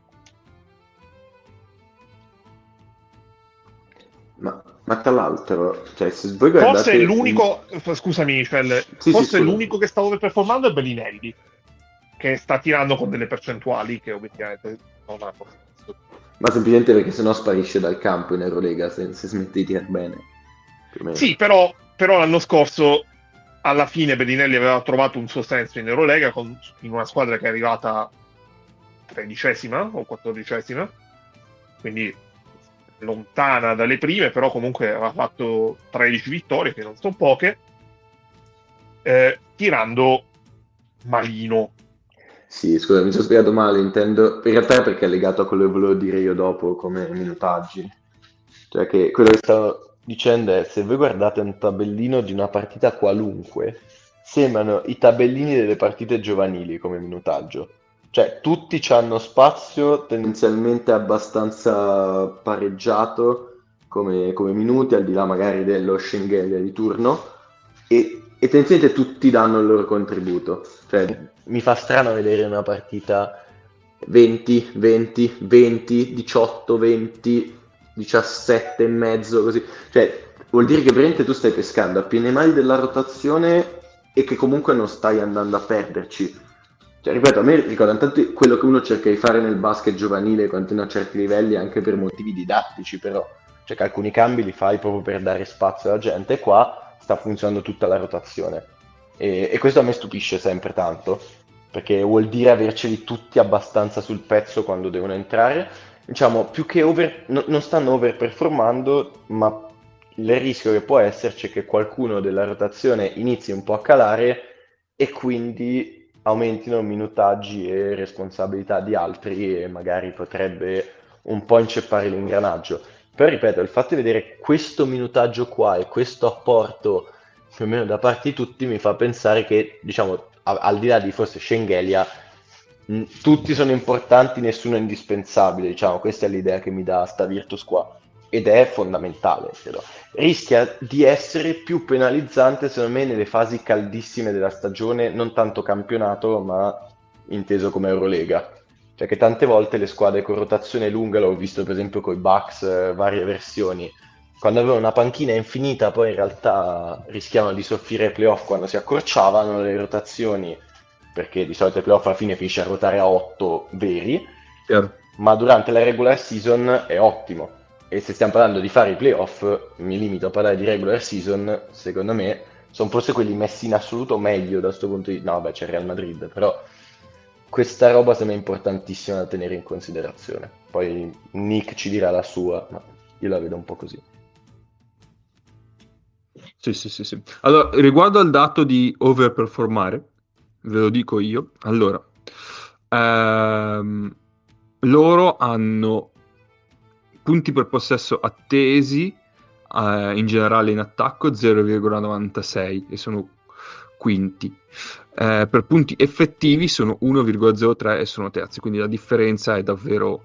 Ma tra l'altro, cioè, se voi guardate... Forse l'unico, scusami Michel, forse sì, l'unico che sta overperformando è Bellinelli, che sta tirando con delle percentuali che obiettivamente non hanno senso. Ma semplicemente perché sennò sparisce dal campo in Eurolega se smette di tirare bene. Sì, però l'anno scorso alla fine Bellinelli aveva trovato un suo senso in Eurolega in una squadra che è arrivata 13ª o 14ª, quindi lontana dalle prime, però comunque aveva fatto 13 vittorie, che non sono poche, tirando malino. Sì, scusa, mi sono spiegato male, intendo... In realtà è perché è legato a quello che volevo dire io dopo come minutaggi. Cioè che quello che stavo dicendo è, se voi guardate un tabellino di una partita qualunque, sembrano i tabellini delle partite giovanili come minutaggio. Cioè, tutti hanno spazio tendenzialmente abbastanza pareggiato come minuti, al di là magari dello Schengelia di turno, e tendenzialmente tutti danno il loro contributo. Cioè, mi fa strano vedere una partita 20, 20, 20, 18, 20, 17 e mezzo, così. Cioè, vuol dire che veramente tu stai pescando a piene mani della rotazione e che comunque non stai andando a perderci. Cioè, ripeto, a me ricorda tanto quello che uno cerca di fare nel basket giovanile quando fino a certi livelli, anche per motivi didattici, però. Cioè che alcuni cambi li fai proprio per dare spazio alla gente, e qua sta funzionando tutta la rotazione. E questo a me stupisce sempre tanto, perché vuol dire averceli tutti abbastanza sul pezzo quando devono entrare. Diciamo, più che non stanno overperformando, ma il rischio che può esserci è che qualcuno della rotazione inizi un po' a calare e quindi aumentino minutaggi e responsabilità di altri e magari potrebbe un po' inceppare l'ingranaggio. Però ripeto, il fatto di vedere questo minutaggio qua e questo apporto più o meno da parte di tutti mi fa pensare che, diciamo, al di là di forse Schengelia, tutti sono importanti, nessuno è indispensabile, diciamo, questa è l'idea che mi dà sta Virtus qua, ed è fondamentale, credo. Rischia di essere più penalizzante secondo me nelle fasi caldissime della stagione, non tanto campionato ma inteso come Eurolega, cioè che tante volte le squadre con rotazione lunga, l'ho visto per esempio con i Bucks, varie versioni, quando avevano una panchina infinita poi in realtà rischiavano di soffrire ai playoff quando si accorciavano le rotazioni, perché di solito ai playoff alla fine finisce a ruotare a 8 veri, ma durante la regular season è ottimo. E se stiamo parlando di fare i playoff, mi limito a parlare di regular season, secondo me sono forse quelli messi in assoluto meglio da questo punto di vista. No, beh, c'è il Real Madrid, però questa roba sembra importantissima da tenere in considerazione. Poi Nick ci dirà la sua, ma io la vedo un po' così. Sì. Allora, riguardo al dato di overperformare, ve lo dico io. Allora, loro hanno punti per possesso attesi in generale in attacco 0,96 e sono quinti. Per punti effettivi sono 1,03 e sono terzi, quindi la differenza è davvero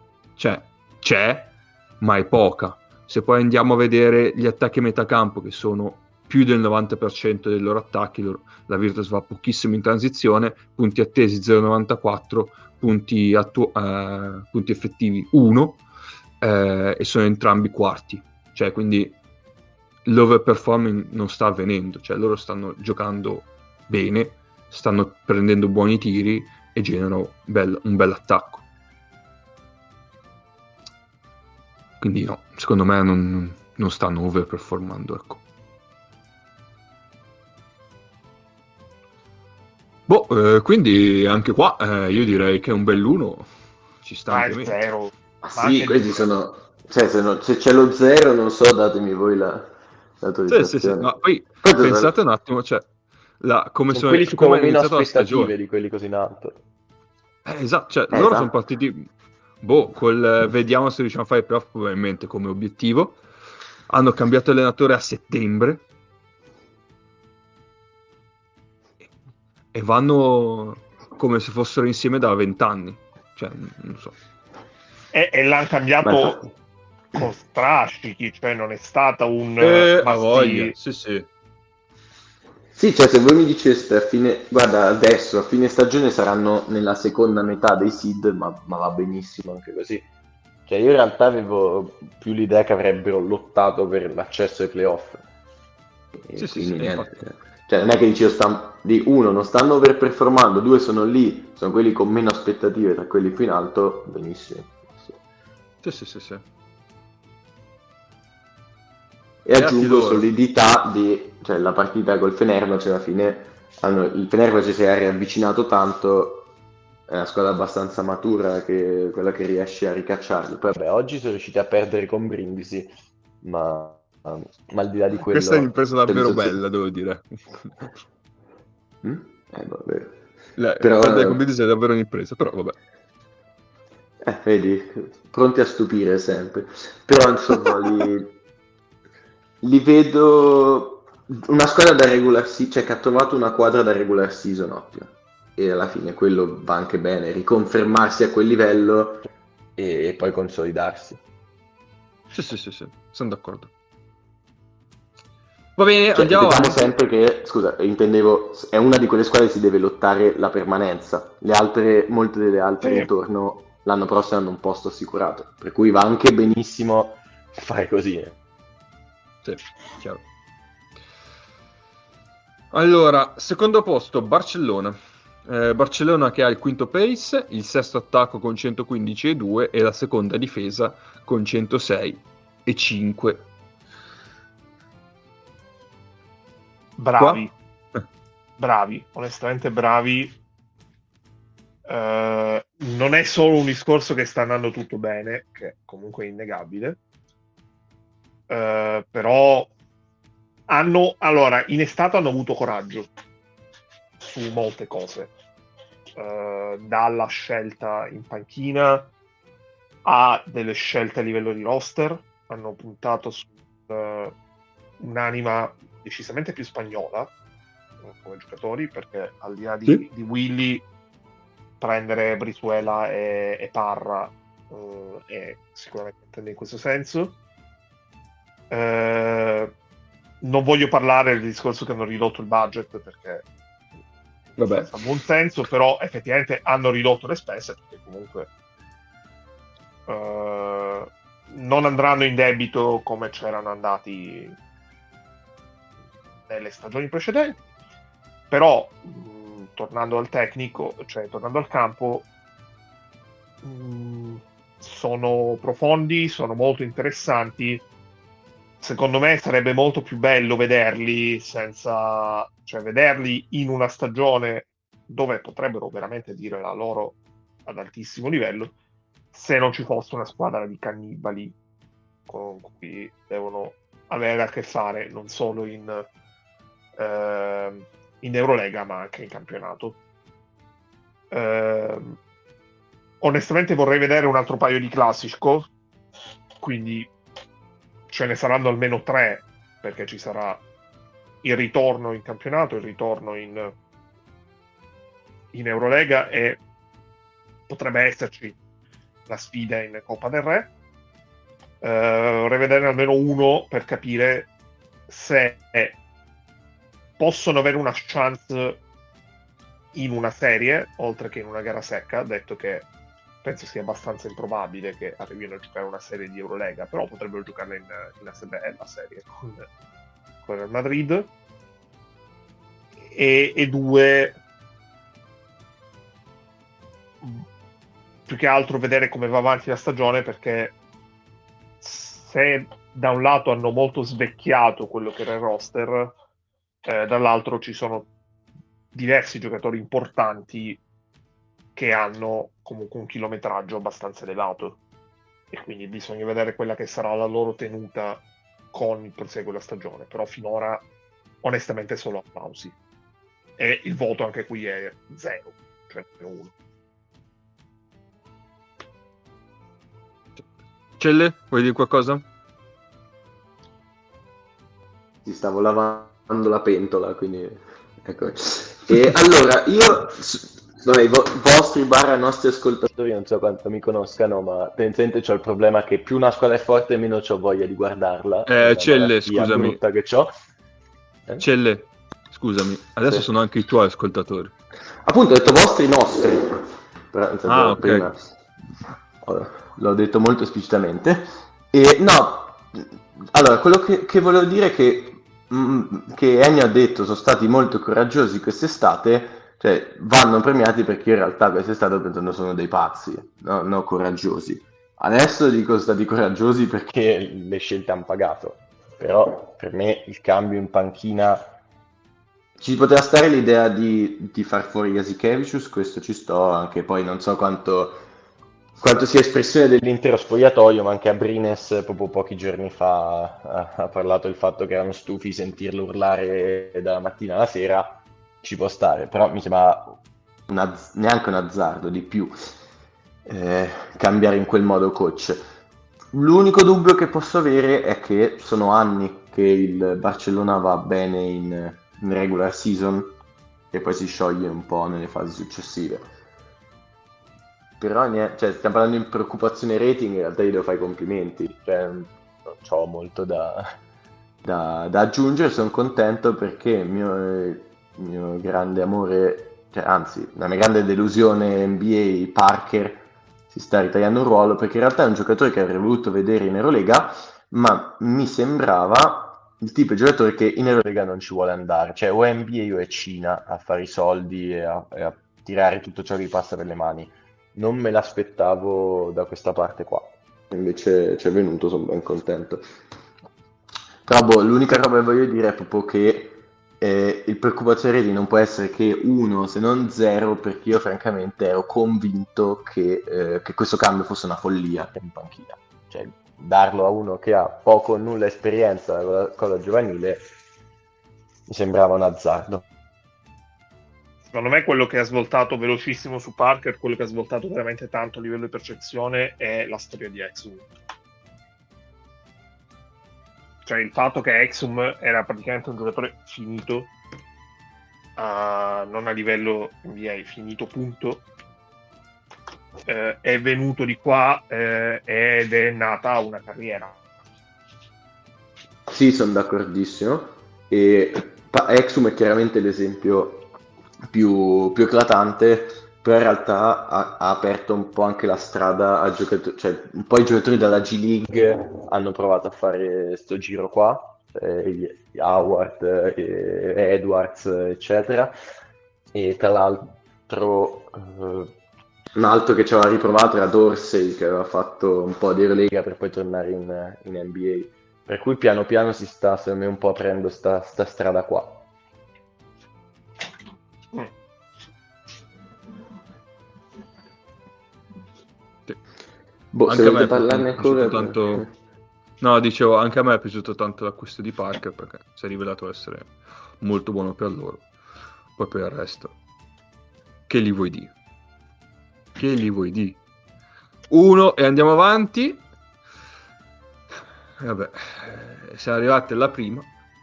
c'è, ma è poca. Se poi andiamo a vedere gli attacchi a metà campo, che sono più del 90% dei loro attacchi, la Virtus va pochissimo in transizione, punti attesi 0,94, punti effettivi 1, e sono entrambi quarti, cioè quindi l'overperforming non sta avvenendo, cioè loro stanno giocando bene, stanno prendendo buoni tiri e generano un bel attacco. Quindi no, secondo me non stanno overperformando, ecco. Quindi anche qua io direi che un bell'uno ci sta ampiamente. Zero. Sì, questi sono... Cioè, se c'è lo 0, non so, datemi voi l'autorizzazione. Sì. Ma poi pensate un attimo, cioè, come sono quelli come con è meno iniziata la aspettative stagione. di quelli così in alto. Esatto, cioè loro sono partiti vediamo se riusciamo a fare i playoff, probabilmente come obiettivo. Hanno cambiato allenatore a settembre e vanno come se fossero insieme da 20 anni, cioè non so. E l'hanno cambiato con strascichi, cioè non è stata un a voglia, sì. Sì, cioè se voi mi diceste guarda, adesso a fine stagione saranno nella seconda metà dei seed, ma va benissimo anche così. Cioè io in realtà avevo più l'idea che avrebbero lottato per l'accesso ai playoff. Quindi niente. Cioè non è che dici uno non stanno overperformando, 2 sono lì, sono quelli con meno aspettative tra quelli più in alto, benissimo. Sì. E aggiungo solidità cioè la partita col Fenerbahce alla fine il Fenerbahce si è riavvicinato tanto, è una squadra abbastanza matura che quella che riesce a ricacciarli. Poi vabbè, oggi sono riusciti a perdere con Brindisi, ma al di là di quello... Questa è un'impresa davvero bella, devo dire. Vabbè. Però perdere con Brindisi è davvero un'impresa, però vabbè. Vedi, pronti a stupire sempre. Però insomma li vedo una squadra da regular season, cioè che ha trovato una quadra da regular season ottima, e alla fine quello va anche bene, riconfermarsi a quel livello e poi consolidarsi. Sì, sono d'accordo. Va bene, andiamo avanti. Sempre che, scusa, intendevo, è una di quelle squadre che si deve lottare la permanenza, molte delle altre intorno l'anno prossimo hanno un posto assicurato, per cui va anche benissimo fare così. Sì, chiaro. Allora, secondo posto Barcellona. Barcellona che ha il quinto pace, il sesto attacco con 115,2 e la seconda difesa con 106,5. Bravi, onestamente bravi. Non è solo un discorso che sta andando tutto bene, che comunque è innegabile, però in estate hanno avuto coraggio su molte cose, dalla scelta in panchina a delle scelte a livello di roster. Hanno puntato su un'anima decisamente più spagnola come giocatori, perché al di là di Willy, prendere Brizuela e Parra è sicuramente in questo senso. Non voglio parlare del discorso che hanno ridotto il budget, perché ha buon senso, però effettivamente hanno ridotto le spese, perché comunque non andranno in debito come c'erano andati nelle stagioni precedenti. Però tornando al tecnico, cioè tornando al campo, sono profondi, sono molto interessanti. Secondo me sarebbe molto più bello vederli vederli in una stagione dove potrebbero veramente dire la loro ad altissimo livello, se non ci fosse una squadra di cannibali con cui devono avere a che fare, non solo in Eurolega ma anche in campionato. Onestamente vorrei vedere un altro paio di Classico, quindi ce ne saranno almeno 3, perché ci sarà il ritorno in campionato, il ritorno in Eurolega e potrebbe esserci la sfida in Coppa del Re. Vorrei vedere almeno uno per capire se possono avere una chance in una serie, oltre che in una gara secca, detto che penso sia abbastanza improbabile che arrivino a giocare una serie di Eurolega, però potrebbero giocarla in ASB, la serie con il Madrid. E due, più che altro vedere come va avanti la stagione, perché se da un lato hanno molto svecchiato quello che era il roster, dall'altro ci sono diversi giocatori importanti che hanno comunque un chilometraggio abbastanza elevato, e quindi bisogna vedere quella che sarà la loro tenuta con il proseguo della stagione. Però finora onestamente solo applausi, e il voto anche qui è 0, cioè 1. Celle, vuoi dire qualcosa? Ti stavo lavando la pentola, quindi ecco. E allora io vabbè, i vostri / nostri ascoltatori non so quanto mi conoscano, ma tendenzialmente c'ho il problema che più una squadra è forte meno c'ho voglia di guardarla. Celle, scusami. Brutta che c'ho. Celle, scusami, adesso Sì. sono anche i tuoi ascoltatori. Appunto ho detto vostri nostri. Però, ok. prima l'ho detto molto esplicitamente. E no, allora quello che volevo dire è che Ennio ha detto sono stati molto coraggiosi quest'estate, cioè vanno premiati, perché in realtà quest'estate pensando sono dei pazzi, no coraggiosi. Adesso dico sono stati coraggiosi perché le scelte hanno pagato, però per me il cambio in panchina ci poteva stare l'idea di far fuori Jasikevicius, questo ci sto, anche poi non so quanto sia espressione dell'intero spogliatoio, ma anche Abrines proprio pochi giorni fa ha parlato del fatto che erano stufi di sentirlo urlare dalla mattina alla sera. Ci può stare, però mi sembra neanche un azzardo di più cambiare in quel modo coach. L'unico dubbio che posso avere è che sono anni che il Barcellona va bene in regular season e poi si scioglie un po' nelle fasi successive. Però cioè, stiamo parlando di preoccupazione rating, in realtà io devo fare i complimenti, cioè, non c'ho molto da aggiungere. Sono contento perché il mio grande amore, cioè, anzi la mia grande delusione NBA, Parker, si sta ritagliando un ruolo, perché in realtà è un giocatore che avrei voluto vedere in Eurolega, ma mi sembrava il tipo di giocatore che in Eurolega non ci vuole andare, cioè o è NBA o è Cina a fare i soldi e a tirare tutto ciò che gli passa per le mani. Non me l'aspettavo da questa parte qua, invece ci è venuto, sono ben contento. Però l'unica roba che voglio dire è proprio che il preoccupazione rating non può essere che 1 se non 0, perché io francamente ero convinto che questo cambio fosse una follia in panchina, cioè darlo a uno che ha poco o nulla esperienza con la cosa giovanile mi sembrava un azzardo. Secondo me quello che ha svoltato velocissimo su Parker, quello che ha svoltato veramente tanto a livello di percezione, è la storia di Exum. Cioè il fatto che Exum era praticamente un giocatore finito, non a livello NBA, finito punto, è venuto di qua ed è nata una carriera. Sì, sono d'accordissimo. E Exum è chiaramente l'esempio più eclatante, però in realtà ha aperto un po' anche la strada a giocatori, cioè un po' i giocatori dalla G League hanno provato a fare sto giro qua, Howard, Edwards, eccetera, e tra l'altro un altro che ci aveva riprovato era Dorsey, che aveva fatto un po' di Eurolega per poi tornare in NBA, per cui piano piano si sta secondo me un po' aprendo sta strada qua. Anche a me è piaciuto tanto. No, dicevo, anche a me è piaciuto tanto l'acquisto di Parker, perché si è rivelato essere molto buono per loro. Poi per il resto, che gli vuoi dire? Che gli vuoi dire? 1 e andiamo avanti. Vabbè, siamo arrivati alla prima.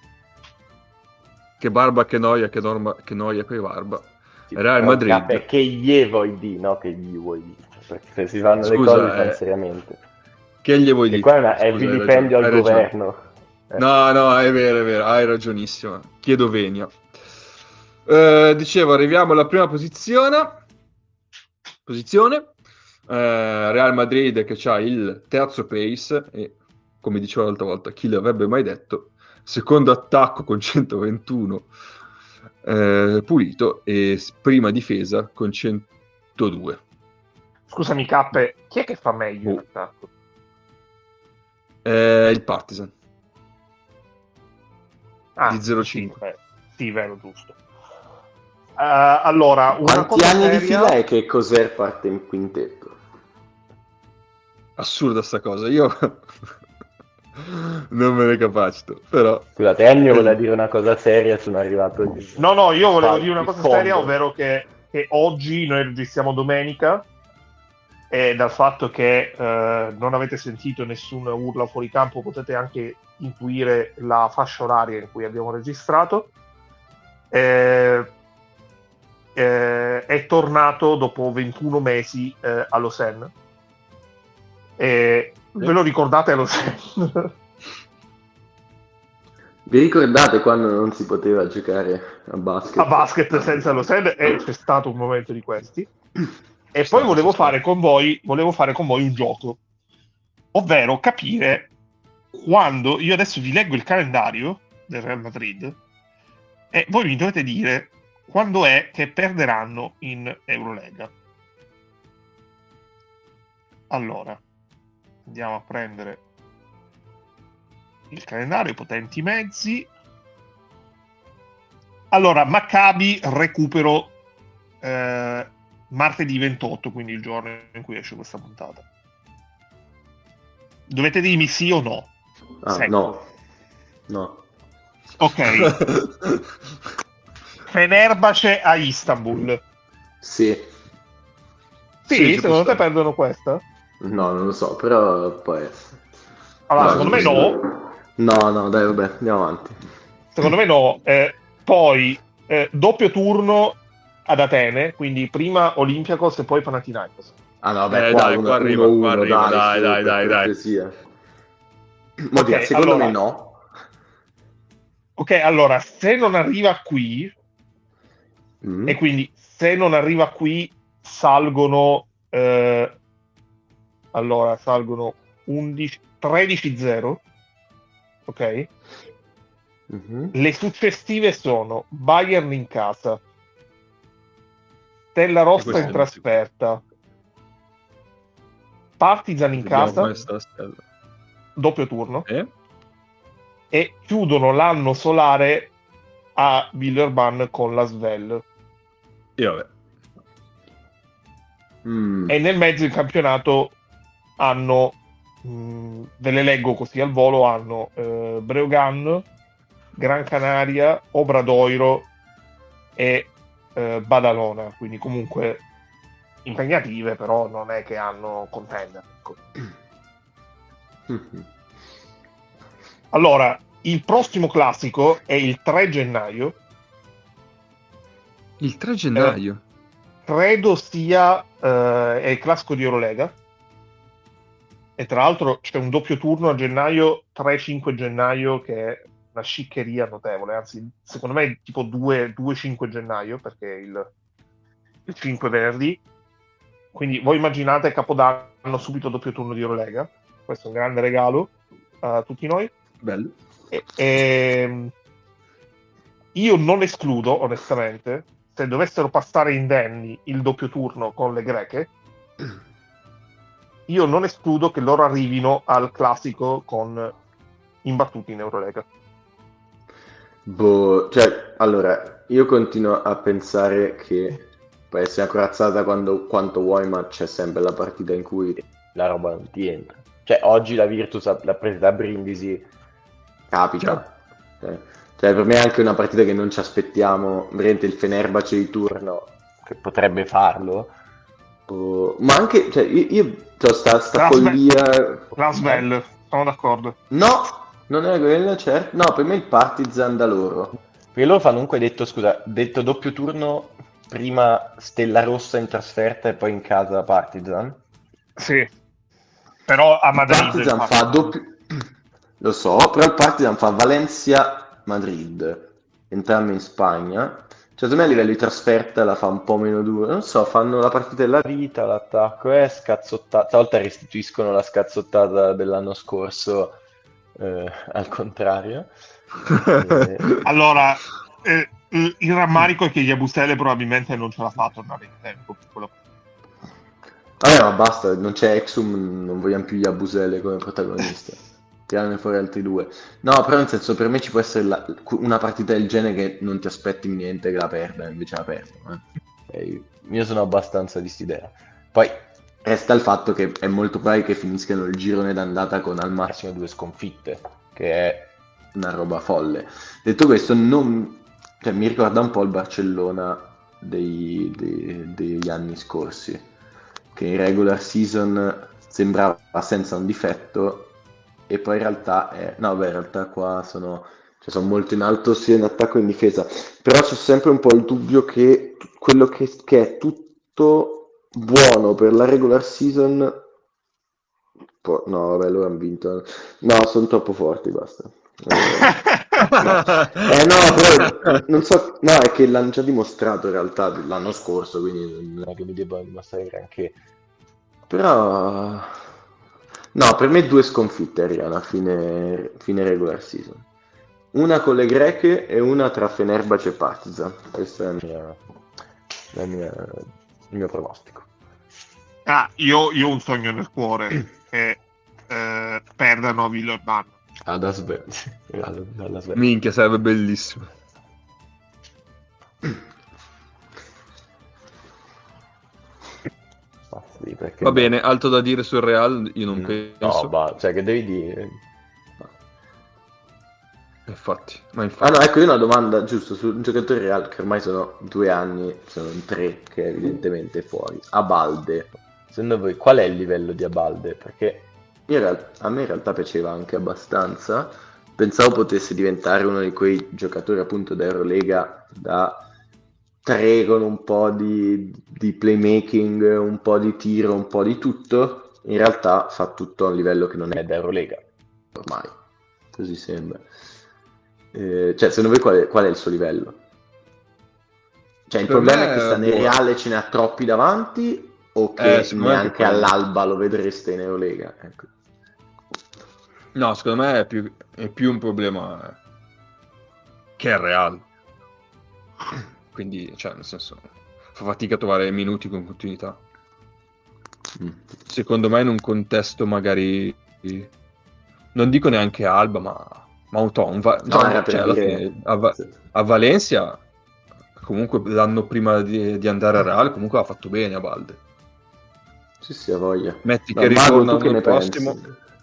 Che barba, che noia, che noia per Barba. Real Madrid. Che gli vuoi dire, no? Che gli vuoi dire. Perché se si fanno le cose si fanno seriamente. Che gli vuoi dire? Qua è vilipendio al governo. No, è vero, hai ragionissimo. Chiedo venia. Dicevo, arriviamo alla prima posizione. Real Madrid che ha il terzo pace e, come dicevo l'altra volta, chi l'avrebbe mai detto, secondo attacco con 121 pulito e prima difesa con 102. Scusami Cappe, chi è che fa meglio in attacco? Il Partizan di 0,5. Sì, vero, giusto. Allora, una quanti cosa anni seria... di fila è che Coser parte in quintetto? Assurda sta cosa, io non me ne capacito, però... Scusate, Ennio voleva dire una cosa seria, sono arrivato... No, io volevo dire una cosa seria, ovvero che oggi noi registriamo domenica, e dal fatto che non avete sentito nessun urla fuori campo potete anche intuire la fascia oraria in cui abbiamo registrato. È tornato dopo 21 mesi a Lausanne. Ve lo ricordate a Lausanne? Vi ricordate quando non si poteva giocare a basket? A basket senza Lausanne, e c'è stato un momento di questi. E poi volevo fare con voi un gioco, ovvero capire quando... Io adesso vi leggo il calendario del Real Madrid e voi mi dovete dire quando è che perderanno in Eurolega. Allora, andiamo a prendere il calendario, potenti mezzi. Allora, Maccabi recupero martedì 28, quindi il giorno in cui esce questa puntata. Dovete dirmi sì o no. No. Ok. Fenerbahce a Istanbul. Sì, secondo te perdono questa? No, non lo so, però poi... Allora, secondo me no. No, dai, vabbè, andiamo avanti. Secondo me no. Poi, doppio turno ad Atene, quindi prima Olympiacos e poi Panathinaikos. Ah no, beh, qua arriva, dai. Okay, secondo me no. Ok, allora, se non arriva qui, e quindi se non arriva qui salgono 13-0, ok? Le successive sono Bayern in casa, Stella Rossa in trasferta, Partizan in casa, doppio turno, e chiudono l'anno solare a Villeurbanne con la Svel. Vabbè. E nel mezzo il campionato hanno, ve le leggo così al volo, hanno Breogán, Gran Canaria, Obradoiro e Badalona, quindi comunque impegnative, però non è che hanno contender. Allora, il prossimo classico è il 3 gennaio. Il 3 gennaio? Credo sia è il classico di Eurolega. E tra l'altro c'è un doppio turno a gennaio, 3-5 gennaio, che è una sciccheria notevole. Anzi, secondo me è tipo 2-5 gennaio, perché il 5 venerdì. Quindi voi immaginate Capodanno subito doppio turno di Eurolega. Questo è un grande regalo a tutti noi. Bello. Io non escludo, onestamente, se dovessero passare indenni il doppio turno con le greche, io non escludo che loro arrivino al classico con imbattuti in Eurolega. Allora, io continuo a pensare che può essere una corazzata quanto vuoi, ma c'è sempre la partita in cui la roba non ti entra. Cioè, oggi la Virtus l'ha presa da Brindisi, capita. Cioè, per me è anche una partita che non ci aspettiamo, veramente il Fenerbahce di turno, che potrebbe farlo. Ma anche, cioè, io sta follia... Lasvel, sono d'accordo. No, non è quello, certo. No, per me il Partizan da loro. Perché loro fanno comunque detto doppio turno, prima Stella Rossa in trasferta e poi in casa Partizan. Sì, però a Madrid... Partizan fa doppio... Lo so, però il Partizan fa Valencia-Madrid, entrambi in Spagna. Cioè, secondo me a livello di trasferta la fa un po' meno dura. Non so, fanno la partita della vita, l'attacco è scazzottata. Stavolta restituiscono la scazzottata dell'anno scorso, al contrario. Allora, il rammarico è che Yabusele probabilmente non ce la fa a tornare in tempo per quello. Vabbè, ma basta, non c'è Exum, non vogliamo più Yabusele come protagonista. Tirarne fuori altri due. No, però nel senso, per me ci può essere una partita del genere che non ti aspetti niente che la perda, invece la perdono. Io sono abbastanza di st'idea. Poi resta il fatto che è molto probabile che finiscano il girone d'andata con al massimo 2 sconfitte, che è una roba folle. Detto questo, cioè, mi ricorda un po' il Barcellona degli anni scorsi, che in regular season sembrava senza un difetto e poi in realtà in realtà qua sono molto in alto sia in attacco che in difesa, però c'è sempre un po' il dubbio che quello che è tutto buono per la regular season no, vabbè, loro hanno vinto, no, sono troppo forti, basta. No, però non so, no, è che l'hanno già dimostrato in realtà l'anno scorso, quindi non è che mi debbano dimostrare granché. Però no, per me 2 sconfitte arrivano a fine regular season. Una con le greche e una tra Fenerbahce e Partizan. Questo è il mio pronostico. Io ho un sogno nel cuore che perdano a Villeurbanne. Ad Asbel. Minchia, sarebbe bellissimo. Va bene, altro da dire sul Real? Io non penso. No, cioè che devi dire? Infatti. No, ecco, io ho una domanda giusto su un giocatore Real che ormai sono 2 anni, sono 3 che evidentemente è fuori. Abalde, secondo voi qual è il livello di Abalde? Perché a me in realtà piaceva anche abbastanza, pensavo potesse diventare uno di quei giocatori appunto da Eurolega da 3 con un po' di playmaking, un po' di tiro, un po' di tutto. In realtà fa tutto a un livello che non è da Eurolega ormai, così sembra. Cioè, secondo voi qual è il suo livello? Cioè, il problema è che sta nel Reale ce ne ha troppi davanti o che neanche all'Alba lo vedreste in Eurolega? Ecco. No, secondo me è più un problema che è il Real. Quindi, cioè, nel senso, fa fatica a trovare minuti con continuità. Secondo me in un contesto magari, non dico neanche Alba, ma a Valencia comunque l'anno prima di andare a Real comunque ha fatto bene a Balde. Sì, ha voglia. Metti che ritorna l'anno prossimo.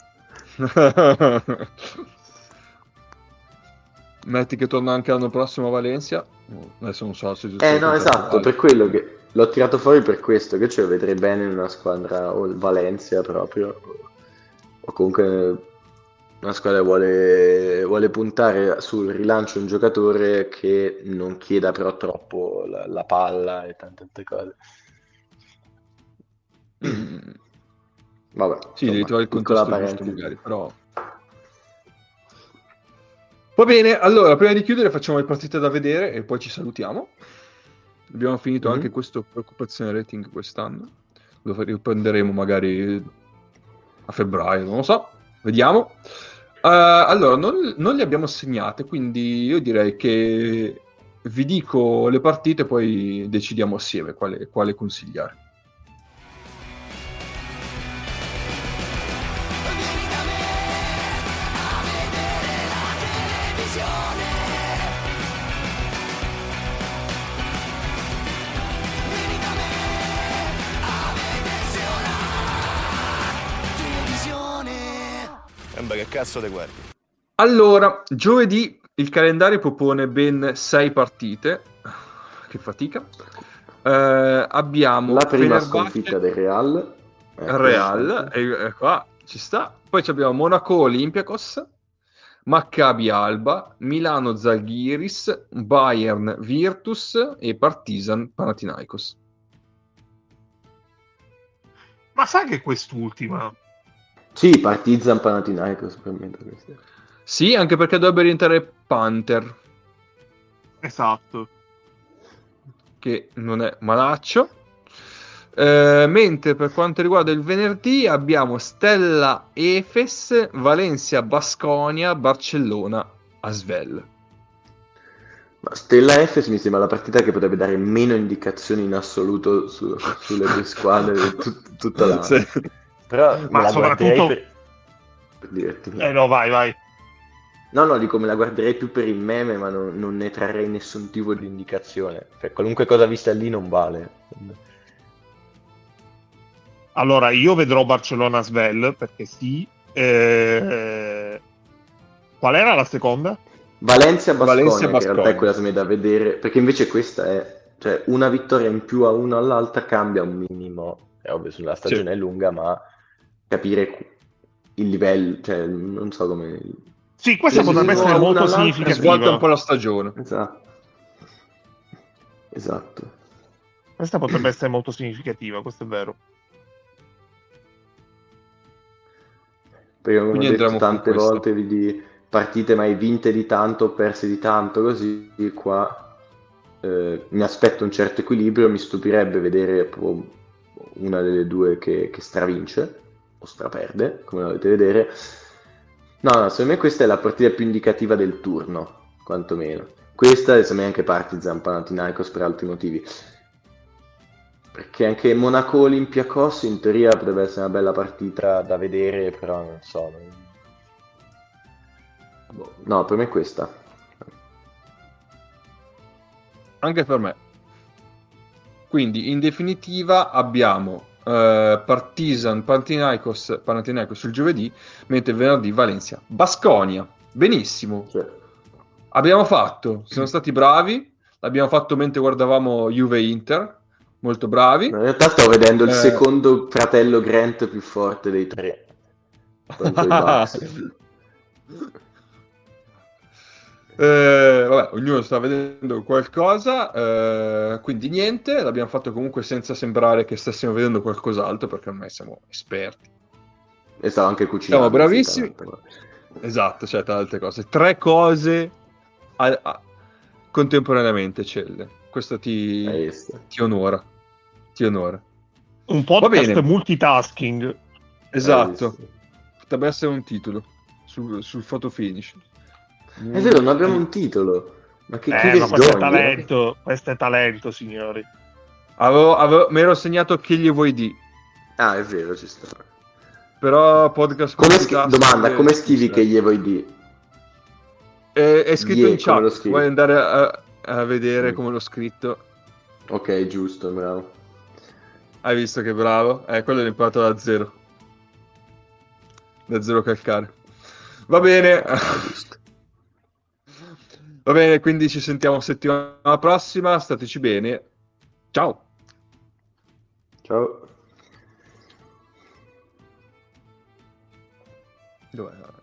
Metti che torna anche l'anno prossimo a Valencia. Adesso non so se no, esatto, per quello che l'ho tirato fuori per questo, che ce lo vedrei bene in una squadra o il Valencia proprio, o comunque una squadra vuole puntare sul rilancio di un giocatore che non chieda però troppo la palla e tante cose. Vabbè, sì, devi trovare il contesto giusto magari, però. Va bene, allora prima di chiudere facciamo le partite da vedere e poi ci salutiamo. Abbiamo finito anche questo preoccupazione rating quest'anno, lo riprenderemo magari a febbraio, non lo so, vediamo. Allora, non le abbiamo segnate, quindi io direi che vi dico le partite, poi decidiamo assieme quale consigliare. Che cazzo te guardi? Allora, giovedì il calendario propone ben 6 partite. Che fatica. Abbiamo la prima sconfitta del Real. E qua ci sta. Poi abbiamo Monaco Olympiacos, Maccabi Alba, Milano Zalgiris, Bayern Virtus e Partizan Panathinaikos. Ma sai che quest'ultima Sì, Partizan, Panathinaikos per me. Sì, anche perché dovrebbe rientrare Panther, Esatto. che non è malaccio. Mentre per quanto riguarda il venerdì abbiamo Stella Efes, Valencia Basconia, Barcellona Asvel. Ma Stella Efes mi sembra la partita che potrebbe dare meno indicazioni in assoluto sulle due squadre tutta l'anno. Sì. Però me Ma la guarderei soprattutto... per divertirmi. No, vai. No, dico me la guarderei più per il meme, ma non ne trarrei nessun tipo di indicazione. Cioè, qualunque cosa vista lì non vale. Allora, io vedrò Barcellona-Svel, perché sì. Qual era la seconda? Valencia-Basconia, che in realtà è Basconia. quella che mi è da vedere, perché invece questa è, cioè, una vittoria in più a una all'altra cambia un minimo, è ovvio sulla stagione è lunga, ma capire il livello, cioè, non so come... Sì, questa potrebbe essere Una molto all'altra Svolta un po' significativa. la stagione. Esatto. Questa potrebbe essere molto significativa, questo è vero. Perché come ho Quindi detto andremo con tante questa. volte, di partite mai vinte di tanto o perse di tanto, così qua mi aspetto un certo equilibrio, mi stupirebbe vedere proprio una delle due che stravince o straperde, come volete vedere. No, secondo me questa è la partita più indicativa del turno, quantomeno. Questa e secondo me anche Partizan, Panathinaikos per altri motivi. Perché anche Monaco Olympiacos in teoria potrebbe essere una bella partita da vedere, però non so. No, per me è questa. Anche per me. Quindi, in definitiva, abbiamo Partizan, Panathinaikos il giovedì, mentre venerdì Valencia, Basconia. Benissimo. Cioè, Abbiamo fatto, siamo stati bravi, l'abbiamo fatto mentre guardavamo Juve-Inter, molto bravi. in realtà stavo vedendo il secondo fratello Grant più forte dei tre contro i Bucks. Vabbè, ognuno sta vedendo qualcosa, quindi niente, l'abbiamo fatto comunque senza sembrare che stessimo vedendo qualcos'altro, perché ormai siamo esperti. E stavo anche cucinando. Siamo bravissimi. Esatto, cioè tra altre cose. 3 cose contemporaneamente, Celle. Questo ti onora. Ti onora. Un podcast multitasking. Esatto. Potrebbe essere un titolo sul photo finish. È vero, non abbiamo un titolo. Ma che ma questo è talento. Questo è talento, signori. Mi ero segnato che gli vuoi di. Ah, è vero, ci sta. Però podcast domanda, come scrivi che gli vuoi di? È scritto in chat. Vuoi andare a vedere come l'ho scritto? Ok, giusto, bravo. Hai visto che bravo? Quello l'ho imparato da zero. Da zero calcare. Va bene. Va bene, quindi ci sentiamo settimana prossima. Stateci bene. Ciao. Ciao. Dov'è?